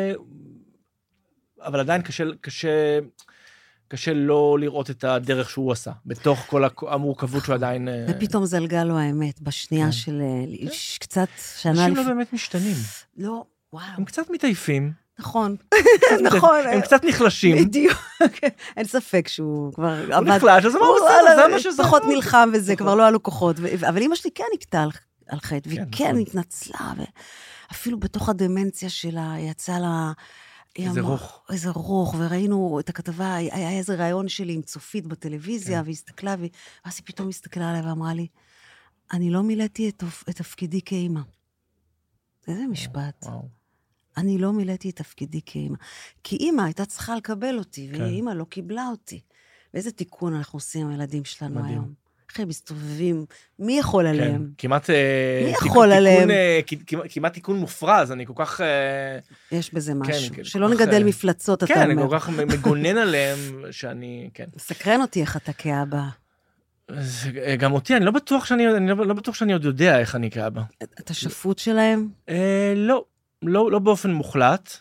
אבל עדיין קשה, קשה, קשה לא לראות את הדרך שהוא עשה, בתוך כל המורכבות שהוא עדיין... ופתאום זלגה לו האמת, בשנייה כן. של קצת שנה... אנשים לא באמת משתנים. לא, וואו. הם קצת מתעייפים. נכון, נכון. הם קצת נחלשים. בדיוק, אין ספק שהוא כבר... הוא נחלש, אז אמרו, בסדר, זה מה שזה. פחות נלחם וזה, כבר לא היה לו כוחות. אבל אמא שלי כן נקטע על חטא, והיא כן התנצלה, ואפילו בתוך הדמנציה שלה יצא לה... איזה רוח. איזה רוח, וראינו את הכתבה, היה איזה רעיון שלי עם צופית בטלוויזיה, והיא הסתכלה, ואז היא פתאום הסתכלה עליה ואמרה לי, אני לא מילאתי את תפקידי כאימא. איזה משפט. אני לא מילאתי את תפקידי כאימא. כי אימא הייתה צריכה לקבל אותי, ואימא לא קיבלה אותי. ואיזה תיקון אנחנו עושים עם הילדים שלנו היום. איך הם מסתובבים, מי יכול עליהם? כמעט... מי יכול עליהם? כמעט תיקון מופרז, אני כל כך... יש בזה משהו, שלא נגדל מפלצות, אתה אומר. כן, אני כל כך מגונן עליהם, שאני... מסקרן אותי איך אתה כאבא. גם אותי, אני לא בטוח שאני, אני לא בטוח שאני עוד יודע איך אני כאבא. את השפות שלהם? לא, לא באופן מוחלט.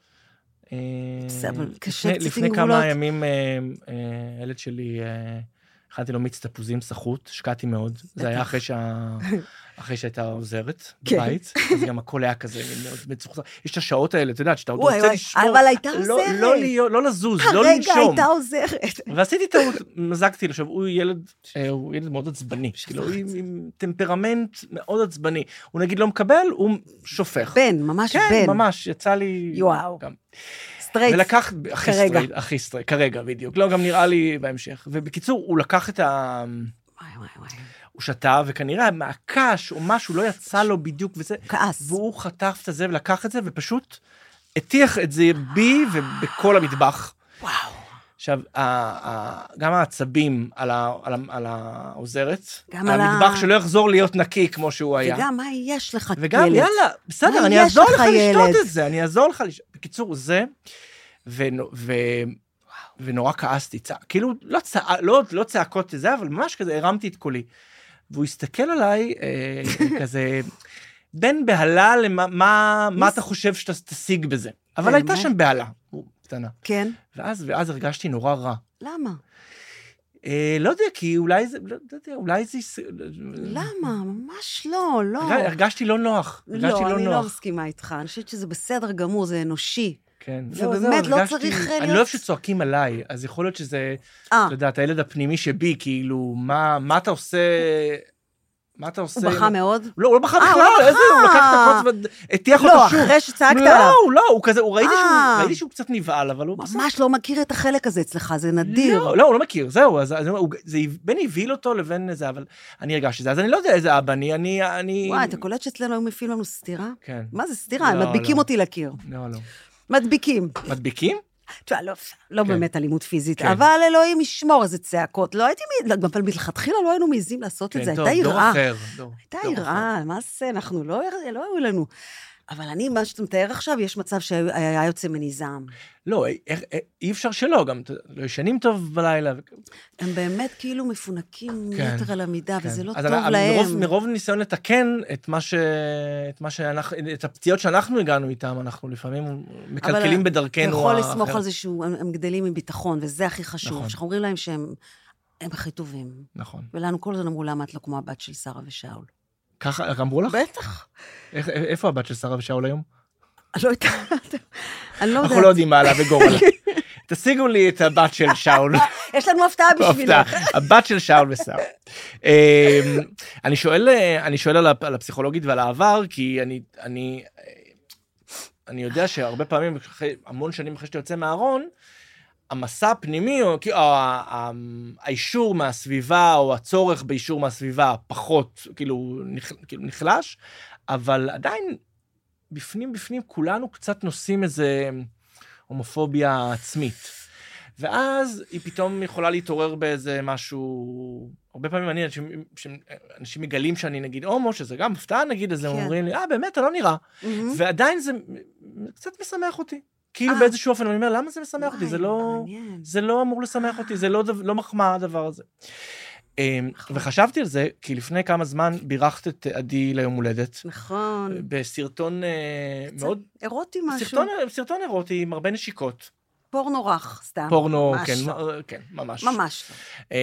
אבל קשה קצת עם גבולות. לפני כמה ימים, הילד שלי, הכנתי לו מיץ תפוזים סחוט, שקעתי מאוד. זה היה אחרי שה... אחרי שהייתה עוזרת בבית, אז גם הכל היה כזה מאוד מצוחצח. יש את השעות האלה, אתה יודעת, שאתה עוד רוצה לשמור. אבל הייתה עוזרת. לא לזוז, לא לנשום. הרגע הייתה עוזרת. ועשיתי טעות, מזגתי לו, עכשיו, הוא ילד, הוא ילד מאוד עצבני, כאילו, עם טמפרמנט מאוד עצבני. הוא נגיד לא מקבל, הוא שופך. בן, ממש בן. כן, ממש, יצא לי... יואו. סטרייט. ולקח, הכי סטרייט, הכי סטרייט, כרגע, בדיוק. לא, גם נראה לי בהמשך. ובקיצור, הוא לקח את ה... וואי, וואי, וואי. הוא שתה, וכנראה מהקש או משהו לא יצא לו בדיוק וזה. כעס. והוא חטף את זה ולקח את זה, ופשוט הטיח את זה בי ובכל המטבח. וואו. עכשיו, גם העצבים על, ה, על, ה, על העוזרת, גם על המטבח ה... שלא יחזור להיות נקי כמו שהוא היה. וגם מה יש לך ילד? וגם, יאללה, בסדר, אני אעזור לך לשתות את זה, אני אעזור לך לשתות. בקיצור, זה, ו... ו ונורא כעסתי, צע... כאילו, לא, צע... לא, לא צעקות את זה, אבל ממש כזה הרמתי את קולי. והוא הסתכל עליי, אה, כזה, בין בהלה למה מה, מה אתה חושב שאתה תשיג בזה. אבל הייתה שם בהלה, קטנה. כן. ואז, ואז הרגשתי נורא רע. למה? אה, לא יודע, כי אולי זה, לא יודע, אולי זה... למה? ממש לא, לא. הרגשתי לא נוח. הרגשתי לא, לא, אני נוח. לא מסכימה איתך. אני חושבת שזה בסדר גמור, זה אנושי. כן. ובאמת לא צריך להיות... אני לא אוהב שצועקים עליי, אז יכול להיות שזה, אתה יודעת, הילד הפנימי שבי, כאילו, מה אתה עושה... מה אתה עושה? הוא בכה מאוד? לא, הוא לא בכה בכלל, איזה, הוא לקח את הקוץ והטיח אותו שוב. לא, אחרי שצעקת עליו. לא, לא, הוא כזה, הוא ראיתי שהוא קצת נבעל, אבל הוא... ממש לא מכיר את החלק הזה אצלך, זה נדיר. לא, הוא לא מכיר, זהו, זה בין הביא אותו לבין זה, אבל אני הרגשתי זה, אז אני לא יודע איזה אבא אני, אני... וואי, אתה קולט שאצלנו היו מפיעים לנו סתירה? כן. מה זה סתירה? הם מדביקים אותי לקיר. לא, לא. מדביקים. מדביקים? תשמע, לא, לא כן. באמת אלימות פיזית, כן. אבל אלוהים ישמור איזה צעקות. לא הייתי, אבל מלכתחילה לא היינו מעזים לעשות כן, את זה, טוב, הייתה יראה. אחר, דור, הייתה דור יראה, מה זה, אנחנו לא, לא היו לנו. אבל אני, מה שאתה מתאר עכשיו, יש מצב שהיה יוצא מני זעם. לא, אי אפשר שלא, גם לא ישנים טוב בלילה. הם באמת כאילו מפונקים כן, יתר על המידה, כן. וזה לא אז טוב אני, להם. מרוב, מרוב ניסיון לתקן את מה ש... את מה שאנחנו, את הפציעות שאנחנו הגענו איתם, אנחנו לפעמים מקלקלים בדרכנו. אתה יכול לסמוך על זה שהם גדלים עם ביטחון, וזה הכי חשוב. נכון. שאנחנו אומרים להם שהם הם הכי טובים. נכון. ולנו כל הזמן אמרו, למה את לא כמו הבת של שרה ושאול? ככה אמרו לך? בטח. איך, איפה הבת של שרה ושאול היום? אני לא יודעת. אני לא יודעת. אנחנו לא יודעים מה עלה וגורלה. תשיגו לי את הבת של שאול. יש לנו הפתעה בשבילך. הבת של שאול ושרה. אני שואל, אני שואל על הפסיכולוגית ועל העבר, כי אני, אני, אני יודע שהרבה פעמים, המון שנים אחרי שאתה יוצא מהארון, המסע הפנימי, או האישור מהסביבה, או הצורך באישור מהסביבה, פחות, כאילו, נחלש, אבל עדיין, בפנים, בפנים, כולנו קצת נושאים איזה הומופוביה עצמית. ואז היא פתאום יכולה להתעורר באיזה משהו, הרבה פעמים אני, אנשים, אנשים מגלים שאני נגיד הומו, שזה גם הפתעה נגיד, אז הם אומרים לי, אה, באמת, אתה לא נראה. ועדיין זה קצת משמח אותי. כאילו באיזשהו אופן, אני אומר, למה זה משמח אותי? זה לא, זה לא אמור לשמח אותי, זה לא מחמאה הדבר הזה. וחשבתי על זה, כי לפני כמה זמן בירכת את עדי ליום הולדת. נכון. בסרטון מאוד... אירוטי משהו. סרטון, סרטון אירוטי עם הרבה נשיקות. פורנו רך, סתם. פורנו, כן, כן, ממש. ממש לא.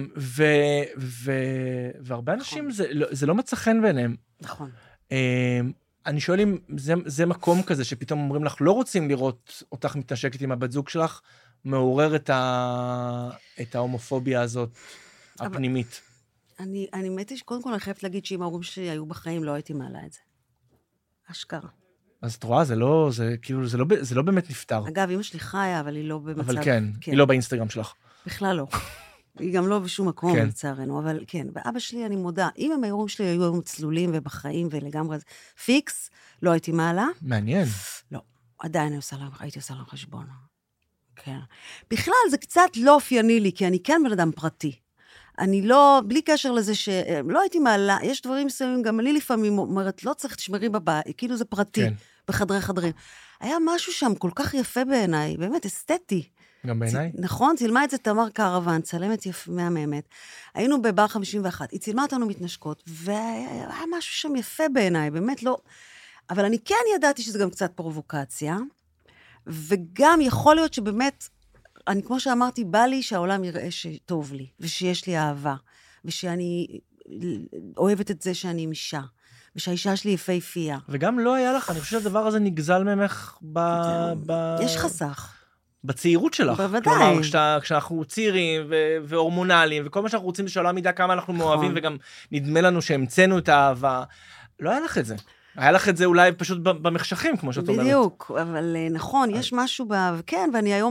והרבה אנשים, זה לא מצא חן בעיניהם. נכון. אני שואל אם זה, זה מקום כזה שפתאום אומרים לך, לא רוצים לראות אותך מתנשקת עם הבת זוג שלך, מעורר את, ה... את ההומופוביה הזאת, הפנימית. אני, אני מתי שקודם כל אני חייבת להגיד שאם ההורים שלי היו בחיים, לא הייתי מעלה את זה. אשכרה. אז את רואה, זה לא, זה כאילו, זה לא, זה לא באמת נפטר. אגב, אמא שלי חיה, אבל היא לא במצב... אבל כן, כן. היא לא באינסטגרם שלך. בכלל לא. היא גם לא בשום מקום, כן. לצערנו, אבל כן. ואבא שלי, אני מודה, אם הם ההורים שלי היו צלולים ובחיים ולגמרי פיקס, לא הייתי מעלה. מעניין. לא, עדיין הייתי עושה להם חשבון. כן. בכלל, זה קצת לא אופייני לי, כי אני כן בן אדם פרטי. אני לא, בלי קשר לזה שלא הייתי מעלה, יש דברים מסוימים, גם אני לפעמים אומרת, לא צריך תשמרי בבית, כאילו זה פרטי, כן. בחדרי חדרים. היה משהו שם כל כך יפה בעיניי, באמת אסתטי. גם בעיניי? נכון, צילמה את זה תמר קרוון, צלמת יפה מהממת. היינו בבר חמישים ואחת, היא צילמה אותנו מתנשקות, והיה משהו שם יפה בעיניי, באמת לא... אבל אני כן ידעתי שזה גם קצת פרובוקציה, וגם יכול להיות שבאמת, אני כמו שאמרתי, בא לי שהעולם יראה שטוב לי, ושיש לי אהבה, ושאני אוהבת את זה שאני עם אישה, ושהאישה שלי יפהפייה. וגם לא היה לך, אני חושב שהדבר הזה נגזל ממך ב... ב... יש חסך. בצעירות שלך. בוודאי. כלומר, כשאתה, כשאנחנו צעירים ו- והורמונליים, וכל מה שאנחנו רוצים זה שהעולם ידע כמה אנחנו מאוהבים, וגם נדמה לנו שהמצאנו את האהבה. לא היה לך את זה. היה לך את זה אולי פשוט במחשכים, כמו שאת אומרת. בדיוק, אבל נכון, יש משהו ב... כן, ואני היום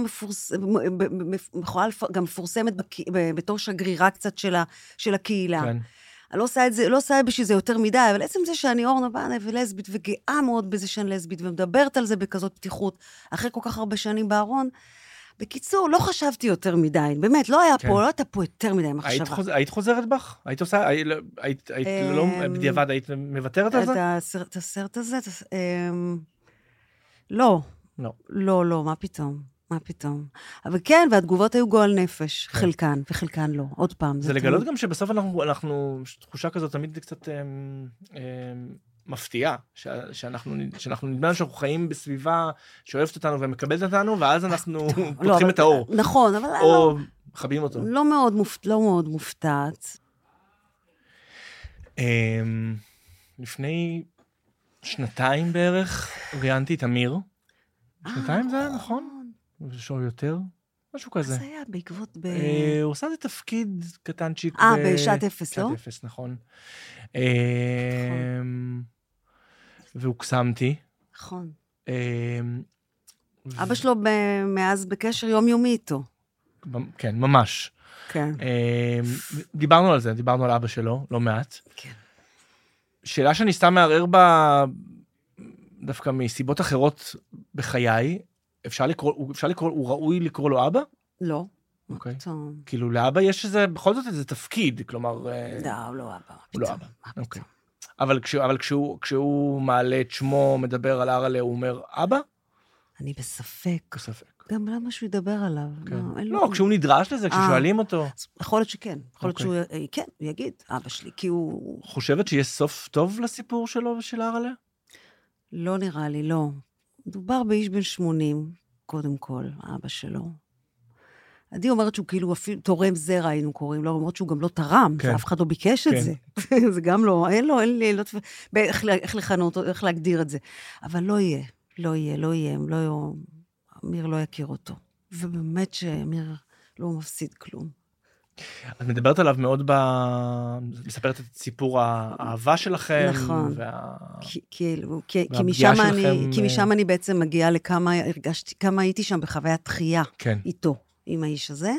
גם מפורסמת בתור שגרירה קצת של הקהילה. כן. אני לא עושה את זה, לא עושה בשביל זה יותר מדי, אבל עצם זה שאני אורנה בנה ולסבית, וגאה מאוד בזה שאני לסבית, ומדברת על זה בכזאת פתיחות, אחרי כל כך הרבה שנים בארון. בקיצור, לא חשבתי יותר מדי, באמת, לא היה פה, לא הייתה פה יותר מדי מחשבה. היית חוזרת בך? היית עושה, היית לא, בדיעבד, היית מוותרת על זה? את הסרט הזה? לא. לא. לא, לא, מה פתאום? מה פתאום? אבל כן, והתגובות היו גועל נפש, חלקן, וחלקן לא. עוד פעם. זה לגלות גם שבסוף אנחנו, אנחנו, תחושה כזאת תמיד קצת מפתיעה, שאנחנו, שאנחנו נדמה שאנחנו חיים בסביבה שאוהבת אותנו ומקבלת אותנו, ואז אנחנו פותחים את האור. נכון, אבל... או חבים אותו. לא מאוד מופתעת. לפני שנתיים בערך, ראיינתי את אמיר. שנתיים זה היה, נכון? שור יותר, משהו כזה. אז היה בעקבות ב... הוא עושה את תפקיד קטנצ'יק. אה, בשעת אפס, לא? בשעת אפס, נכון. והוקסמתי. נכון. אבא שלו מאז בקשר יומיומי איתו. כן, ממש. כן. דיברנו על זה, דיברנו על אבא שלו, לא מעט. כן. שאלה שאני סתם מערער בה, דווקא מסיבות אחרות בחיי, אפשר לקרוא, אפשר לקרוא, הוא ראוי לקרוא לו אבא? לא. אוקיי. כאילו, לאבא יש איזה, בכל זאת איזה תפקיד, כלומר... לא, הוא לא אבא. הוא לא אבא. אוקיי. אבל כשהוא מעלה את שמו, מדבר על ארלה, הוא אומר, אבא? אני בספק. בספק. גם למה שהוא ידבר עליו? לא, כשהוא נדרש לזה, כששואלים אותו. יכול להיות שכן. יכול להיות שהוא, כן, הוא יגיד, אבא שלי, כי הוא... חושבת שיש סוף טוב לסיפור שלו ושל ארלה? לא נראה לי, לא. מדובר באיש בן שמונים, קודם כל, אבא שלו. עדי אומרת שהוא כאילו אפילו תורם זרע, היינו קוראים לו, אומרת שהוא גם לא תרם, שאף אחד לא ביקש את זה. זה גם לא, אין לו, אין לי, איך לכנות, איך להגדיר את זה. אבל לא יהיה, לא יהיה, לא יהיה, אמיר לא יכיר אותו. ובאמת שאמיר לא מפסיד כלום. את מדברת עליו מאוד ב... מספרת את סיפור האהבה שלכם. נכון. וה... כי, כי, כי, כי, משם אני, כי משם אני בעצם מגיעה לכמה, הרגשתי, כמה הייתי שם בחוויית תחייה כן. איתו, עם האיש הזה.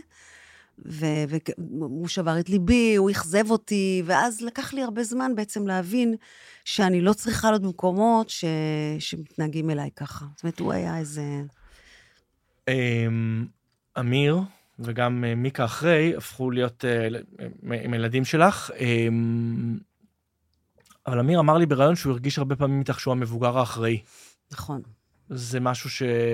והוא שבר את ליבי, הוא יחזב אותי, ואז לקח לי הרבה זמן בעצם להבין שאני לא צריכה להיות במקומות ש... שמתנהגים אליי ככה. זאת אומרת, הוא היה איזה... אמיר, וגם מיקה אחרי, הפכו להיות עם הילדים שלך. אבל אמיר אמר לי ברעיון שהוא הרגיש הרבה פעמים איתך שהוא המבוגר האחראי. נכון. זה משהו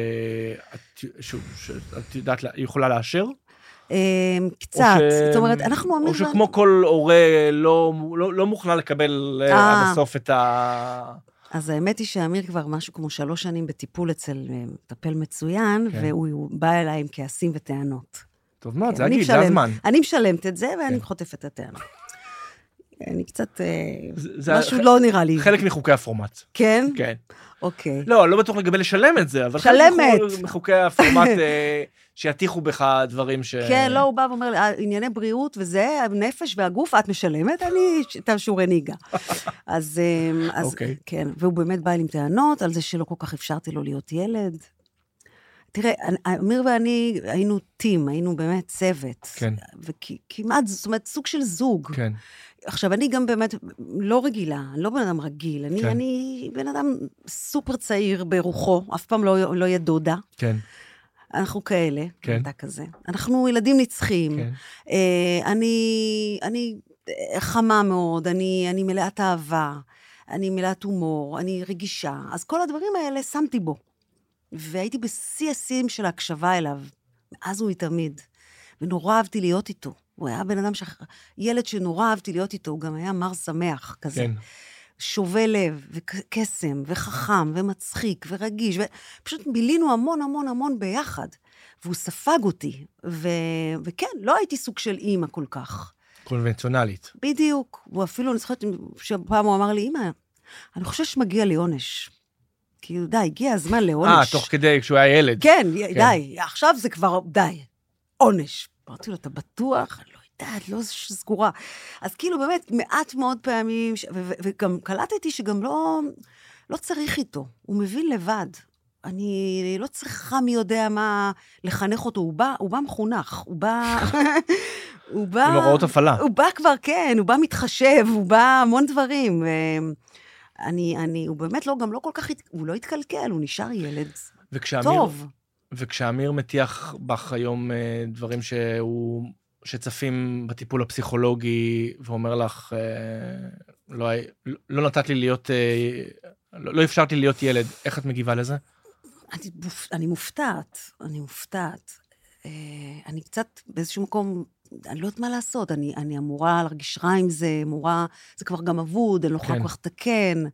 שאת יודעת, יכולה לאשר? קצת. זאת אומרת, אנחנו אמיר... או שכמו כל הורה לא מוכנה לקבל עד הסוף את ה... אז האמת היא שאמיר כבר משהו כמו שלוש שנים בטיפול אצל מטפל מצוין, והוא בא אליי עם כעסים וטענות. טוב מאוד, זה אגיד, זה הזמן. אני משלמת את זה, ואני חוטפת את הטענות. אני קצת... משהו לא נראה לי. חלק מחוקי הפורמט. כן? כן. אוקיי. לא, לא בטוח לגבי לשלם את זה, אבל שלמת. חלק מחוקי הפורמט שיתיחו בך דברים ש... כן, לא, הוא בא ואומר, ענייני בריאות וזה, הנפש והגוף, את משלמת, אני את השיעורי נהיגה. אז, אז כן, והוא באמת בא עם טענות על זה שלא כל כך אפשרתי לו להיות ילד. תראה, אמיר ואני היינו טים, היינו באמת צוות. כן. וכמעט, זאת אומרת, סוג של זוג. כן. עכשיו, אני גם באמת לא רגילה, אני לא בן אדם רגיל, אני, כן. אני בן אדם סופר צעיר ברוחו, אף פעם לא, לא יהיה דודה. כן. אנחנו כאלה, כן. אתה כזה. אנחנו ילדים נצחים. כן. אה, אני, אני חמה מאוד, אני, אני מלאת אהבה, אני מלאת הומור, אני רגישה. אז כל הדברים האלה שמתי בו. והייתי בשיא השיאים של ההקשבה אליו, מאז ומתמיד. ונורא אהבתי להיות איתו. הוא היה בן אדם, ש... ילד שנורא אהבתי להיות איתו, הוא גם היה מר שמח כזה. כן. שובה לב, וקסם, וחכם, ומצחיק, ורגיש, ופשוט מילינו המון המון המון ביחד. והוא ספג אותי, ו... וכן, לא הייתי סוג של אימא כל כך. קונבנציונלית. בדיוק. הוא אפילו, אני זוכרת שפעם הוא אמר לי, אימא, אני חושב שמגיע לי עונש. כאילו, די, הגיע הזמן לעונש. אה, תוך כדי, כשהוא היה ילד. כן, כן, די, עכשיו זה כבר, די, עונש. אמרתי לו, אתה בטוח? אני לא יודעת, לא סגורה. אז כאילו, באמת, מעט מאוד פעמים, ש... ו- וגם קלטתי שגם לא, לא צריך איתו, הוא מבין לבד. אני לא צריכה מי יודע מה לחנך אותו, הוא בא, הוא בא מחונך, הוא בא... הוא בא... עם הוראות הפעלה. הוא בא כבר, כן, הוא בא מתחשב, הוא בא המון דברים. אני, אני, הוא באמת לא, גם לא כל כך, הוא לא התקלקל, הוא נשאר ילד וכשאמיר, טוב. וכשאמיר מטיח בך היום דברים שהוא, שצפים בטיפול הפסיכולוגי, ואומר לך, לא, לא נתת לי להיות, לא, לא אפשרתי להיות ילד, איך את מגיבה לזה? אני, אני מופתעת, אני מופתעת. אני קצת באיזשהו מקום, אני לא יודעת מה לעשות, אני, אני אמורה להרגיש רע עם זה, אמורה, זה כבר גם אבוד, אני לא יכולה כל כך לתקן.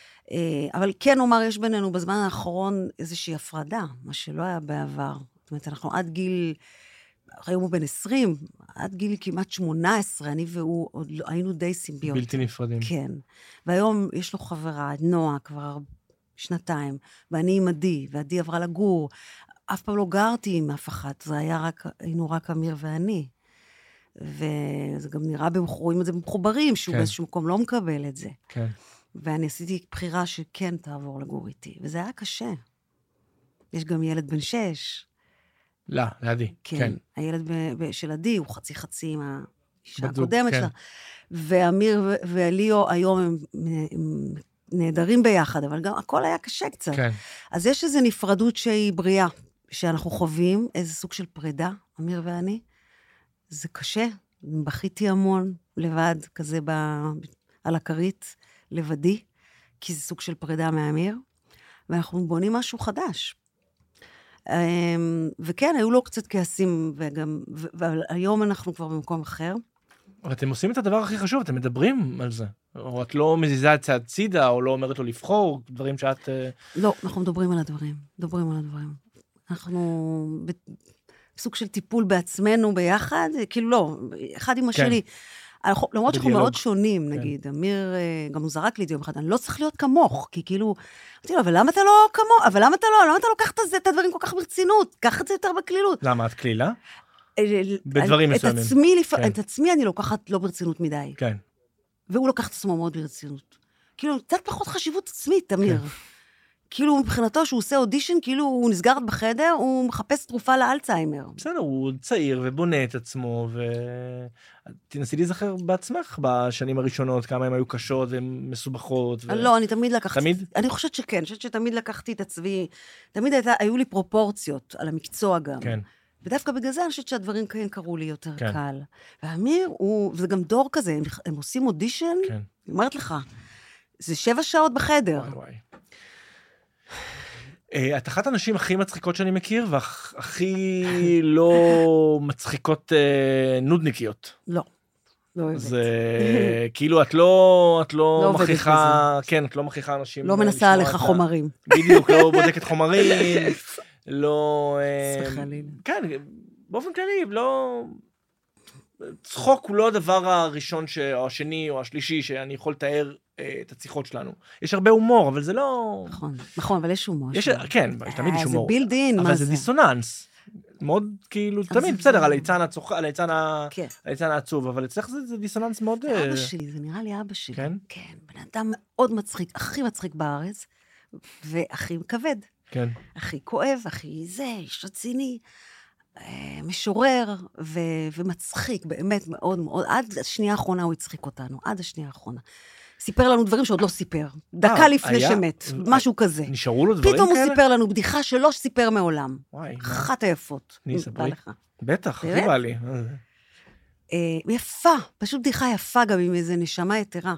אבל כן אומר, יש בינינו בזמן האחרון איזושהי הפרדה, מה שלא היה בעבר. זאת אומרת, אנחנו עד גיל, היום הוא בן עשרים, עד גיל כמעט שמונה עשרה, אני והוא עוד לא, היינו די סימביוטים. בלתי נפרדים. כן. והיום יש לו חברה, נועה, כבר שנתיים, ואני עם עדי, ועדי עברה לגור. אף פעם לא גרתי עם אף אחת, זה היה רק, היינו רק אמיר ואני. וזה גם נראה, רואים את זה במחוברים, שהוא כן. באיזשהו מקום לא מקבל את זה. כן. ואני עשיתי בחירה שכן תעבור לגור איתי, וזה היה קשה. יש גם ילד בן שש. לא, לעדי, כן. כן. הילד ב- ב- של עדי הוא חצי חצי עם האישה בדוק, הקודמת כן. שלה. ואמיר ו- וליאו היום הם, הם נהדרים ביחד, אבל גם הכל היה קשה קצת. כן. אז יש איזו נפרדות שהיא בריאה, שאנחנו חווים, איזה סוג של פרידה, אמיר ואני. זה קשה, בכיתי המון לבד, כזה ב... על הכרית, לבדי, כי זה סוג של פרידה מאמיר, ואנחנו בונים משהו חדש. וכן, היו לו קצת כעסים, וגם, והיום אנחנו כבר במקום אחר. אבל אתם עושים את הדבר הכי חשוב, אתם מדברים על זה. או את לא מזיזה את צעד צידה, או לא אומרת לו לבחור, דברים שאת... לא, אנחנו מדברים על הדברים, מדברים על הדברים. אנחנו בסוג של טיפול בעצמנו ביחד, כאילו לא, אחד עם השני. למרות שאנחנו מאוד שונים, נגיד, אמיר, גם הוא זרק לי את יום אחד, אני לא צריך להיות כמוך, כי כאילו, אמרתי לו, אבל למה אתה לא כמוך? אבל למה אתה לא, למה אתה לוקח את הדברים כל כך ברצינות? קח את זה יותר בקלילות. למה, את כלילה? בדברים מסוימים. את עצמי אני לוקחת לא ברצינות מדי. כן. והוא לוקח את עצמו מאוד ברצינות. כאילו, קצת פחות חשיבות עצמית, אמיר. כאילו, מבחינתו שהוא עושה אודישן, כאילו הוא נסגר בחדר, הוא מחפש תרופה לאלצהיימר. בסדר, הוא צעיר ובונה את עצמו, ותנסי להיזכר בעצמך בשנים הראשונות, כמה הן היו קשות ומסובכות. ו... לא, אני תמיד לקחתי... תמיד? אני חושבת שכן, אני חושבת שתמיד לקחתי את עצמי, תמיד הייתה, היו לי פרופורציות על המקצוע גם. כן. ודווקא בגלל זה אני חושבת שהדברים כאלה קראו לי יותר כן. קל. ואמיר הוא, וזה גם דור כזה, הם, הם עושים אודישן, כן. אני אומרת לך, זה שבע שעות בחדר. וואי וואי. את אחת הנשים הכי מצחיקות שאני מכיר, והכי לא מצחיקות נודניקיות. לא, לא אוהבת. זה כאילו, את לא, את לא מכריחה, כן, את לא מכריחה אנשים. לא מנסה עליך חומרים. בדיוק, לא בודקת חומרים, לא... שמחה לי. כן, באופן כללי, לא... צחוק הוא לא הדבר הראשון, או השני, או השלישי, שאני יכול לתאר את השיחות שלנו. יש הרבה הומור, אבל זה לא... נכון, נכון, אבל יש הומור. יש, כן, יש תמיד יש הומור. זה בילדין, מה זה? אבל זה דיסוננס. מאוד, כאילו, תמיד, בסדר, על היצן הצוח, על היצן העצוב, אבל אצלך זה דיסוננס מאוד... אבא שלי, זה נראה לי אבא שלי. כן? כן, בן אדם מאוד מצחיק, הכי מצחיק בארץ, והכי כבד. כן. הכי כואב, הכי זה, איש רציני. משורר ו- ומצחיק, באמת מאוד מאוד, עד השנייה האחרונה הוא הצחיק אותנו, עד השנייה האחרונה. סיפר לנו דברים שעוד לא סיפר. דקה לפני שמת, משהו כזה. נשארו לו דברים כאלה? פתאום הוא סיפר לנו בדיחה שלא סיפר מעולם. וואי. אחת היפות. אני אספרי. בטח, הכי בא לי. יפה, פשוט בדיחה יפה גם עם איזה נשמה יתרה.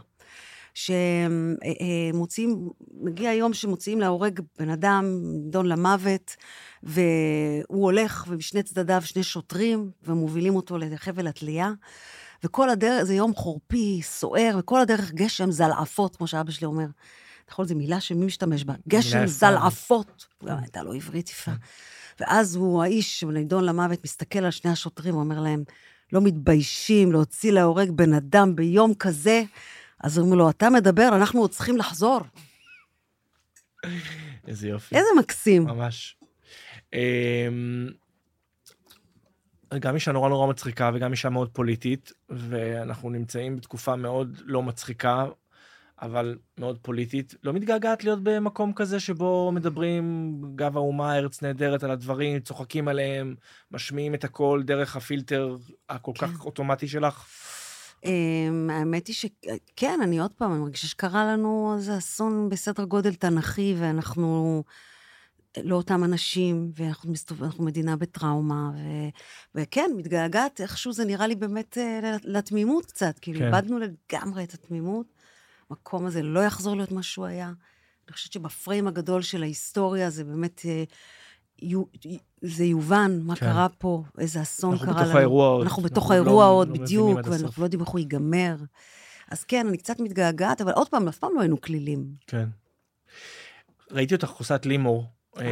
שמוצאים, מגיע היום שמוצאים להורג בן אדם, דון למוות, והוא הולך, ובשני צדדיו שני שוטרים, ומובילים אותו לחבל התלייה, וכל הדרך, זה יום חורפי, סוער, וכל הדרך גשם זלעפות, כמו שאבא שלי אומר. נכון, זו מילה שמי משתמש בה. גשם זלעפות. גם הייתה לו עברית יפה. ואז הוא, האיש שנידון למוות, מסתכל על שני השוטרים, ואומר להם, לא מתביישים להוציא להורג בן אדם ביום כזה, אז אומרים לו, אתה מדבר, אנחנו עוד צריכים לחזור. איזה יופי. איזה מקסים. ממש. גם אישה נורא נורא מצחיקה, וגם אישה מאוד פוליטית, ואנחנו נמצאים בתקופה מאוד לא מצחיקה, אבל מאוד פוליטית. לא מתגעגעת להיות במקום כזה, שבו מדברים גב האומה, ארץ נהדרת על הדברים, צוחקים עליהם, משמיעים את הכל דרך הפילטר הכל כך אוטומטי שלך. האמת היא שכן, אני עוד פעם, אני מרגישה שקרה לנו איזה אסון בסדר גודל תנכי, ואנחנו לא אותם אנשים, ואנחנו מסתובבים, אנחנו מדינה בטראומה, וכן, מתגעגעת, איכשהו זה נראה לי באמת לתמימות קצת, כאילו איבדנו לגמרי את התמימות, המקום הזה לא יחזור להיות מה שהוא היה. אני חושבת שבפריים הגדול של ההיסטוריה, זה באמת, זה יובן, מה קרה פה, איזה אסון קרה לנו. אנחנו בתוך האירוע עוד. אנחנו בתוך האירוע עוד, בדיוק, ואנחנו לא יודעים איך הוא ייגמר. אז כן, אני קצת מתגעגעת, אבל עוד פעם, אף פעם לא היינו כלילים. כן. ראיתי אותך חוסת לימור,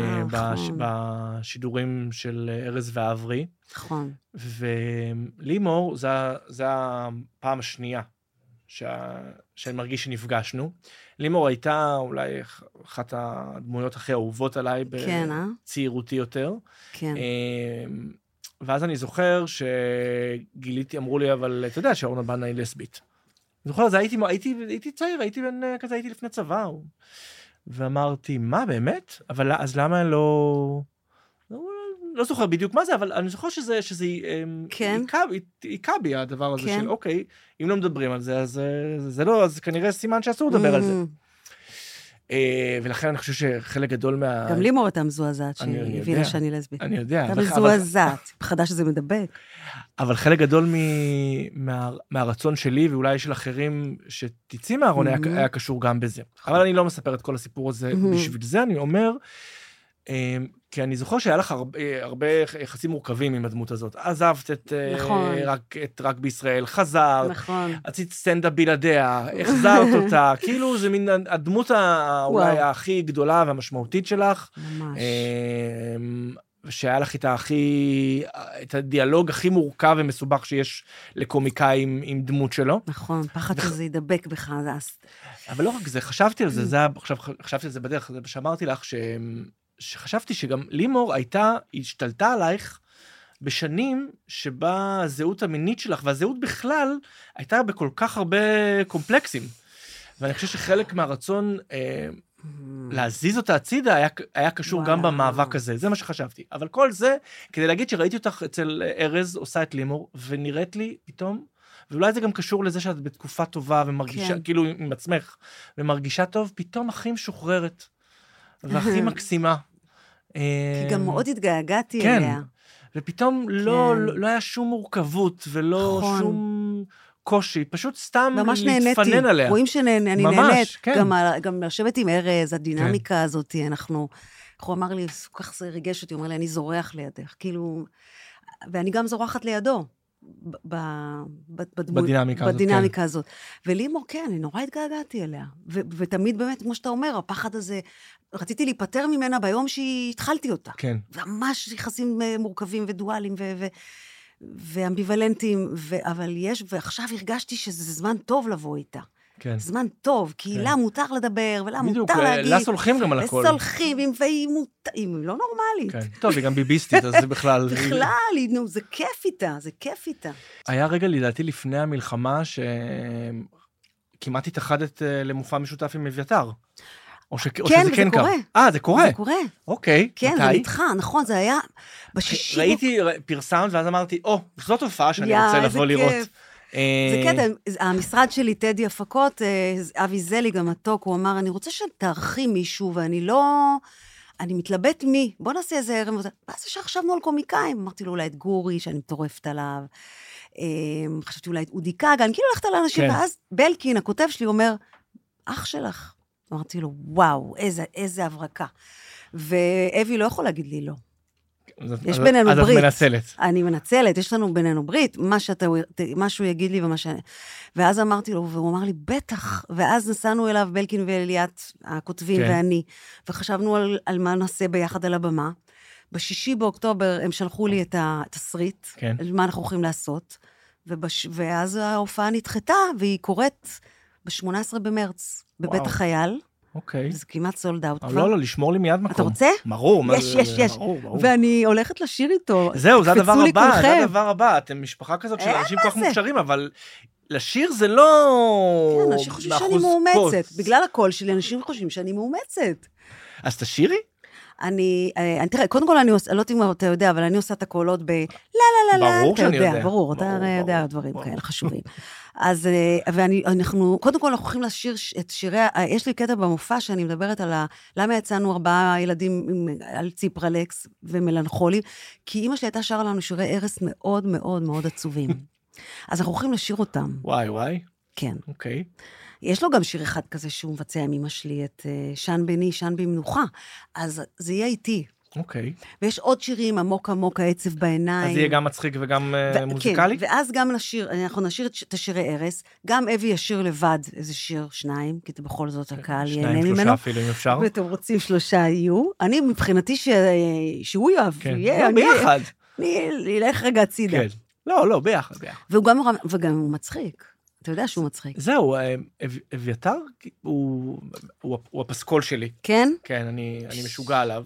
בשידורים של ארז ואברי. נכון. ולימור, זה הפעם השנייה שאני מרגיש שנפגשנו. לימור הייתה אולי אחת הדמויות הכי אהובות עליי, בצעירותי יותר. כן. ואז אני זוכר שגיליתי, אמרו לי, אבל אתה יודע שאורנה בנה היא לסבית. אני זוכר, הייתי צעיר, הייתי בן כזה, הייתי לפני צבא. ואמרתי, מה באמת? אבל אז למה לא... לא זוכר בדיוק מה זה, אבל אני זוכר שזה, שזה עיקה בי הדבר הזה של, אוקיי, אם לא מדברים על זה, אז זה לא, אז כנראה סימן שאסור לדבר על זה. ולכן אני חושב שחלק גדול מה... גם לימור הייתה מזועזעת, שהיא הבינה שאני לסבית. אני יודע. הייתה מזועזעת, פחדה שזה מדבק. אבל חלק גדול מהרצון שלי, ואולי של אחרים שתצאי מהארון, היה קשור גם בזה. אבל אני לא מספר את כל הסיפור הזה בשביל זה, אני אומר... כי אני זוכר שהיה לך הרבה, הרבה יחסים מורכבים עם הדמות הזאת. עזבת את, נכון. רק, את רק בישראל, חזרת, נכון. עשית סטנדאפ בלעדיה, החזרת אותה, כאילו זה מין הדמות אולי הכי גדולה והמשמעותית שלך. ממש. שהיה לך איתה הכי, את הדיאלוג הכי מורכב ומסובך שיש לקומיקאים עם דמות שלו. נכון, פחד שזה ידבק בך. אבל לא רק זה, חשבתי על זה, זה עכשיו חשבתי על זה בדרך, זה שאמרתי לך ש... שחשבתי שגם לימור הייתה, השתלטה עלייך בשנים שבה הזהות המינית שלך, והזהות בכלל הייתה בכל כך הרבה קומפלקסים. ואני חושב שחלק מהרצון אה, להזיז אותה הצידה היה, היה קשור וואו. גם במאבק הזה, זה מה שחשבתי. אבל כל זה, כדי להגיד שראיתי אותך אצל ארז, עושה את לימור, ונראית לי פתאום, ואולי זה גם קשור לזה שאת בתקופה טובה, ומרגישה, כן. כאילו עם עצמך, ומרגישה טוב, פתאום הכי משוחררת. והכי מקסימה. כי גם מאוד התגעגעתי אליה. ופתאום לא היה שום מורכבות, ולא שום קושי, פשוט סתם להתפנן עליה. רואים שאני נהנית, גם לשבת עם ארז, הדינמיקה הזאת, אנחנו, הוא אמר לי, כך זה ריגש אותי, הוא אומר לי, אני זורח לידך, כאילו, ואני גם זורחת לידו. בדינמיקה הזאת. ולימור, כן, אני נורא התגעגעתי אליה. ותמיד באמת, כמו שאתה אומר, הפחד הזה, רציתי להיפטר ממנה ביום שהתחלתי אותה. כן. ממש יחסים מורכבים ודואליים ואמביוולנטיים, אבל יש, ועכשיו הרגשתי שזה זמן טוב לבוא איתה. כן. זמן טוב, כי לה מותר לדבר, ולה מותר להגיד. לה סולחים גם על הכל. וסולחים, והיא לא נורמלית. כן. טוב, היא גם ביביסטית, אז זה בכלל... בכלל, נו, זה כיף איתה, זה כיף איתה. היה רגע, לדעתי, לפני המלחמה, שכמעט התאחדת למופע משותף עם אביתר. או שזה כן קרה. אה, זה קורה? זה קורה. אוקיי, כן, זה נדחה, נכון, זה היה בשישי. ראיתי, פרסמת, ואז אמרתי, או, זאת הופעה שאני רוצה לבוא לראות. זה קטע, המשרד שלי, טדי הפקות, אבי זלי, גם מתוק, הוא אמר, אני רוצה שתערכי מישהו, ואני לא... אני מתלבט מי, בוא נעשה איזה ערב, מה זה שחשבנו על קומיקאים? אמרתי לו אולי את גורי, שאני מטורפת עליו, חשבתי אולי את אודי כגן, כאילו הלכת לאנשים, כן. ואז בלקין, הכותב שלי, אומר, אח שלך. אמרתי לו, וואו, איזה, איזה הברקה. ואבי לא יכול להגיד לי לא. יש בינינו ברית. אז את מנצלת. אני מנצלת, יש לנו בינינו ברית, מה שאתה, מה שהוא יגיד לי ומה ש... ואז אמרתי לו, והוא אמר לי, בטח. ואז נסענו אליו, בלקין ואליית, הכותבים כן. ואני, וחשבנו על, על מה נעשה ביחד על הבמה. בשישי באוקטובר הם שלחו לי את התסריט, כן. על מה אנחנו הולכים לעשות, ובש... ואז ההופעה נדחתה, והיא קורית ב-שמונה עשרה במרץ, בבית וואו. החייל. אוקיי. זה כמעט סולד אאוט כבר. לא, לא, לשמור לי מיד מקום. אתה רוצה? ברור. יש, יש, יש. ואני הולכת לשיר איתו. זהו, זה הדבר הבא, זה הדבר הבא. אתם משפחה כזאת של אנשים כל כך מוכשרים, אבל לשיר זה לא... כן, אנשים חושבים שאני מאומצת. בגלל הקול שלי, אנשים חושבים שאני מאומצת. אז תשירי? אני, אני, תראה, קודם כל אני עושה, לא תגמר, אתה יודע, אבל אני עושה את הקולות ב... לא, לא, לא, ברור שאני יודע. ברור, אתה יודע דברים כאלה חשובים. אז, ואני, אנחנו, קודם כל אנחנו הולכים לשיר את שירי, יש לי קטע במופע שאני מדברת על ה... למה יצאנו ארבעה ילדים על ציפרלקס ומלנכולים? כי אמא שלי הייתה שרה לנו שירי ערס מאוד מאוד מאוד עצובים. אז אנחנו הולכים לשיר אותם. וואי, וואי. כן. אוקיי. יש לו גם שיר אחד כזה שהוא מבצע עם אמא שלי, את שן בני, שן במנוחה. אז זה יהיה איתי. אוקיי. ויש עוד שירים, עמוק עמוק העצב בעיניים. אז יהיה גם מצחיק וגם ו- מוזיקלי? כן, ואז גם נשיר, אנחנו נשיר את השירי ערס, גם אבי ישיר לבד איזה שיר שניים, כי בכל זאת הקהל ייהנה ממנו. שניים, שלושה אפילו, אם אפשר. ואתם רוצים שלושה יהיו. אני מבחינתי ש... שהוא יאהב. כן, לא, ביחד. אני אלך רגע הצידה. כן. לא, לא, ביחד, ביחד. וגם, וגם הוא מצחיק. אתה יודע שהוא מצחיק. זהו, אביתר הוא, הוא, הוא הפסקול שלי. כן? כן, אני, אני משוגע עליו.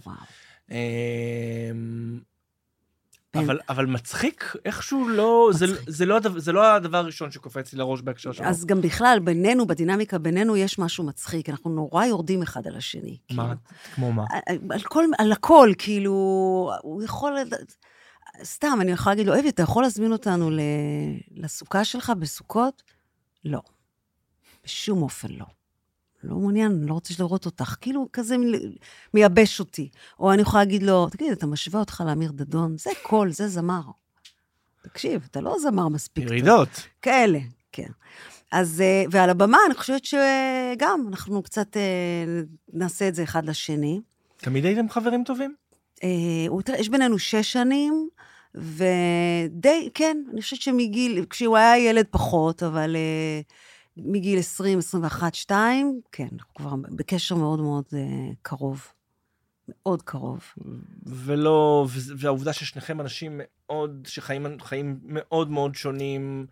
אבל, אבל מצחיק, איכשהו לא, זה, זה לא, זה לא הדבר הראשון שקופץ לי לראש בהקשר שלו. אז גם בכלל, בינינו, בדינמיקה בינינו, יש משהו מצחיק. אנחנו נורא יורדים אחד על השני. מה? כמו מה? על, כל, על הכל, כאילו, הוא יכול... סתם, אני יכולה להגיד לו, אבי, אתה יכול להזמין אותנו לסוכה שלך בסוכות? לא. בשום אופן לא. לא מעוניין, אני לא רוצה לראות אותך. כאילו, כזה מייבש אותי. או אני יכולה להגיד לו, תגיד, אתה משווה אותך לאמיר דדון? זה קול, זה זמר. תקשיב, אתה לא זמר מספיק. ירידות. כאלה, כן. אז, ועל הבמה, אני חושבת שגם, אנחנו קצת נעשה את זה אחד לשני. תמיד הייתם חברים טובים? יש בינינו שש שנים, ודי, כן, אני חושבת שמגיל, כשהוא היה ילד פחות, אבל מגיל עשרים, עשרים ואחת, שתיים, כן, אנחנו כבר בקשר מאוד מאוד קרוב. מאוד קרוב. ולא, והעובדה ששניכם אנשים מאוד, שחיים חיים מאוד מאוד שונים,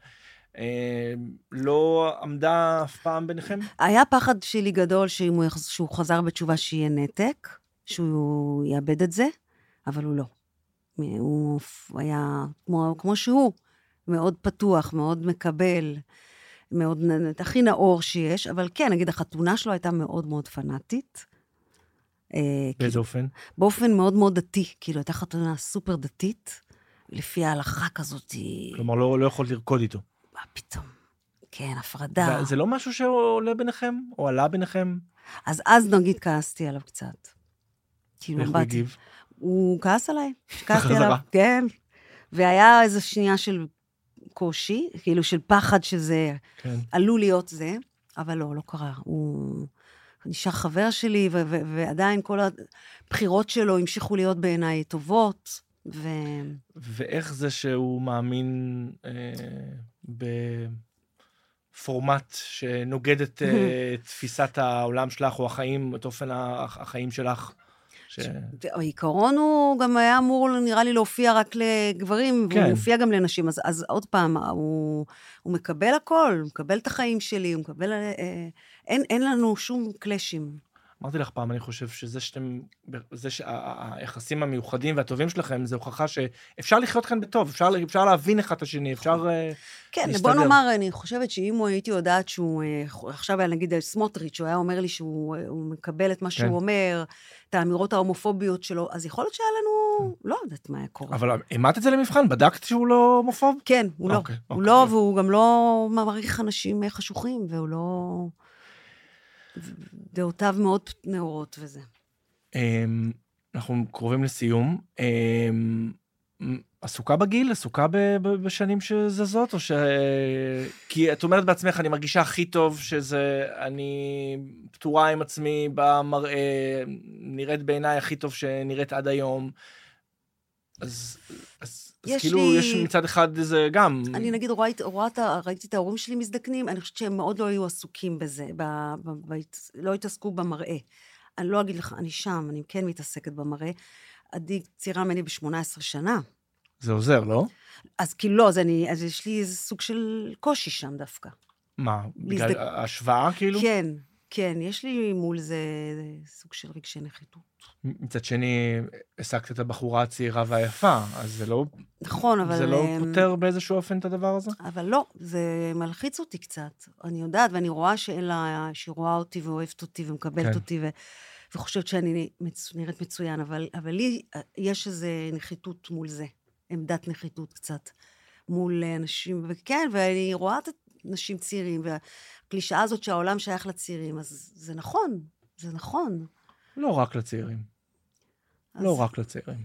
לא עמדה אף פעם ביניכם? היה פחד שלי גדול שהוא חזר בתשובה שיהיה נתק, שהוא יאבד את זה, אבל הוא לא. הוא היה כמו, כמו שהוא, מאוד פתוח, מאוד מקבל, מאוד, הכי נאור שיש, אבל כן, נגיד, החתונה שלו הייתה מאוד מאוד פנאטית. באיזה אופן? באופן מאוד מאוד דתי, כאילו, הייתה חתונה סופר דתית, לפי ההלכה כזאת. כלומר, לא, לא יכול לרקוד איתו. מה פתאום? כן, הפרדה. זה לא משהו שעולה ביניכם, או עלה ביניכם? אז אז נגיד כעסתי עליו קצת. איך הוא הגיב? הוא כעס עליי, כעסתי עליו, כן. והיה איזו שנייה של קושי, כאילו של פחד שזה כן. עלול להיות זה, אבל לא, לא קרה. הוא נשאר חבר שלי, ו- ו- ועדיין כל הבחירות שלו המשיכו להיות בעיניי טובות. ו... ואיך זה שהוא מאמין אה, בפורמט שנוגד את אה, תפיסת העולם שלך, או החיים, את אופן החיים שלך? ש... העיקרון הוא גם היה אמור, נראה לי, להופיע רק לגברים, כן. והוא מופיע גם לנשים, אז, אז עוד פעם, הוא, הוא מקבל הכל, הוא מקבל את החיים שלי, הוא מקבל, אה, אין, אין לנו שום קלאשים. אמרתי לך פעם, אני חושב שזה שאתם, זה שהיחסים המיוחדים והטובים שלכם, זה הוכחה שאפשר לחיות כאן בטוב, אפשר, אפשר להבין אחד את השני, אפשר כן, להסתדר. בוא נאמר, אני חושבת שאם הוא הייתי יודעת שהוא, עכשיו היה נגיד סמוטריץ', שהוא היה אומר לי שהוא מקבל את מה שהוא אומר, את האמירות ההומופוביות שלו, אז יכול להיות שהיה לנו, לא יודעת מה היה קורה. אבל אמרת את זה למבחן? בדקת שהוא לא הומופוב? כן, הוא לא. הוא לא, והוא גם לא מעריך אנשים חשוכים, והוא לא... דעותיו מאוד נאורות וזה. אנחנו קרובים לסיום. עסוקה בגיל? עסוקה בשנים שזזות? או ש... כי את אומרת בעצמך, אני מרגישה הכי טוב שזה, אני פתורה עם עצמי במראה, נראית בעיניי הכי טוב שנראית עד היום. אז, אז, אז כאילו לי... יש מצד אחד איזה גם... אני נגיד רואת, רואת, ראיתי את ההורים שלי מזדקנים, אני חושבת שהם מאוד לא היו עסוקים בזה, ב, ב, ב, לא התעסקו במראה. אני לא אגיד לך, אני שם, אני כן מתעסקת במראה. עדי צעירה ממני ב-שמונה עשרה שנה. זה עוזר, לא? אז כאילו לא, אז, אני, אז יש לי איזה סוג של קושי שם דווקא. מה? בגלל להזדק... השוואה כאילו? כן, כן, יש לי מול זה סוג של רגשי נחיתות. מצד שני, השגת את הבחורה הצעירה והיפה, אז זה לא... נכון, אבל... זה לא פותר באיזשהו אופן את הדבר הזה? אבל לא, זה מלחיץ אותי קצת. אני יודעת, ואני רואה שאלה, שהיא רואה אותי ואוהבת אותי ומקבלת כן. אותי, ו... וחושבת שאני מצ... נראית מצוין, אבל, אבל לי יש איזו נחיתות מול זה, עמדת נחיתות קצת, מול אנשים, וכן, ואני רואה את אנשים צעירים, והקלישאה הזאת שהעולם שייך לצעירים, אז זה נכון, זה נכון. לא רק לצעירים. אז... לא רק לצעירים.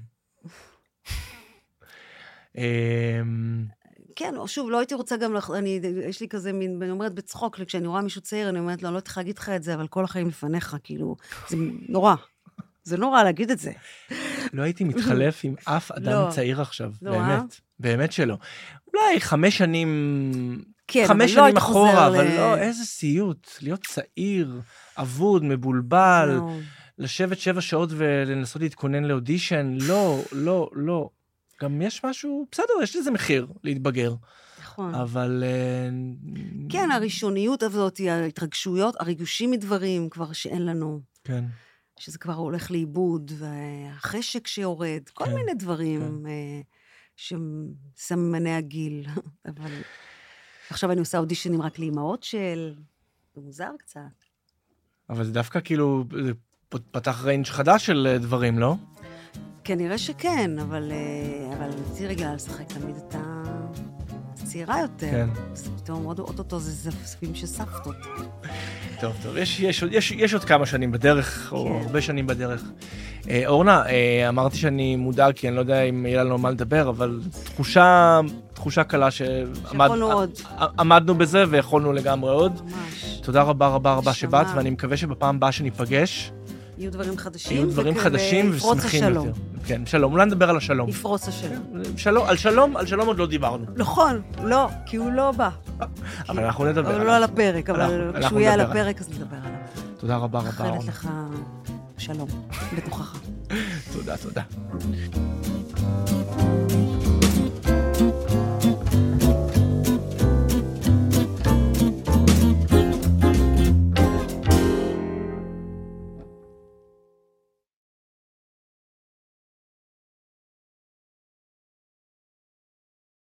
כן, שוב, לא הייתי רוצה גם, אני, יש לי כזה מין, אני אומרת בצחוק, כשאני רואה מישהו צעיר, אני אומרת לו, אני לא צריכה להגיד לך את זה, אבל כל החיים לפניך, כאילו, זה נורא. זה נורא להגיד את זה. לא הייתי מתחלף עם אף אדם צעיר עכשיו, באמת, באמת שלא. אולי חמש שנים, חמש שנים אחורה, אבל לא, איזה סיוט, להיות צעיר, עבוד, מבולבל, לשבת שבע שעות ולנסות להתכונן לאודישן, לא, לא, לא. גם יש משהו, בסדר, יש לזה מחיר להתבגר. נכון. אבל... כן, הראשוניות הזאת, ההתרגשויות, הריגושים מדברים כבר שאין לנו. כן. שזה כבר הולך לאיבוד, והחשק שיורד, כל מיני דברים שסממני הגיל. אבל עכשיו אני עושה אודישנים רק לאמהות של... זה מוזר קצת. אבל זה דווקא כאילו, פתח ריינג' חדש של דברים, לא? כנראה שכן, אבל, אבל תראי רגע לשחק תמיד את הצעירה יותר. כן. זה פתאום עוד אוטוטו זה ספים שספתות. טוב, טוב, יש, יש, יש, יש עוד כמה שנים בדרך, כן. או הרבה שנים בדרך. אה, אורנה, אה, אמרתי שאני מודאג, כי אני לא יודע אם יהיה לנו מה לדבר, אבל תחושה, תחושה קלה שעמדנו בזה ויכולנו לגמרי עוד. ממש. תודה רבה רבה רבה שבאת, ואני מקווה שבפעם הבאה שניפגש, יהיו דברים חדשים. יהיו דברים חדשים ושמחים יותר. כן, שלום. אולי נדבר על השלום. יפרוץ השלום. שלום, על שלום, על שלום עוד לא דיברנו. נכון, לא, כי הוא לא בא. אבל אנחנו נדבר עליו. הוא לא על הפרק, אבל כשהוא יהיה על הפרק, אז נדבר עליו. תודה רבה רבה. מאחלת לך שלום, בתוכך. תודה, תודה.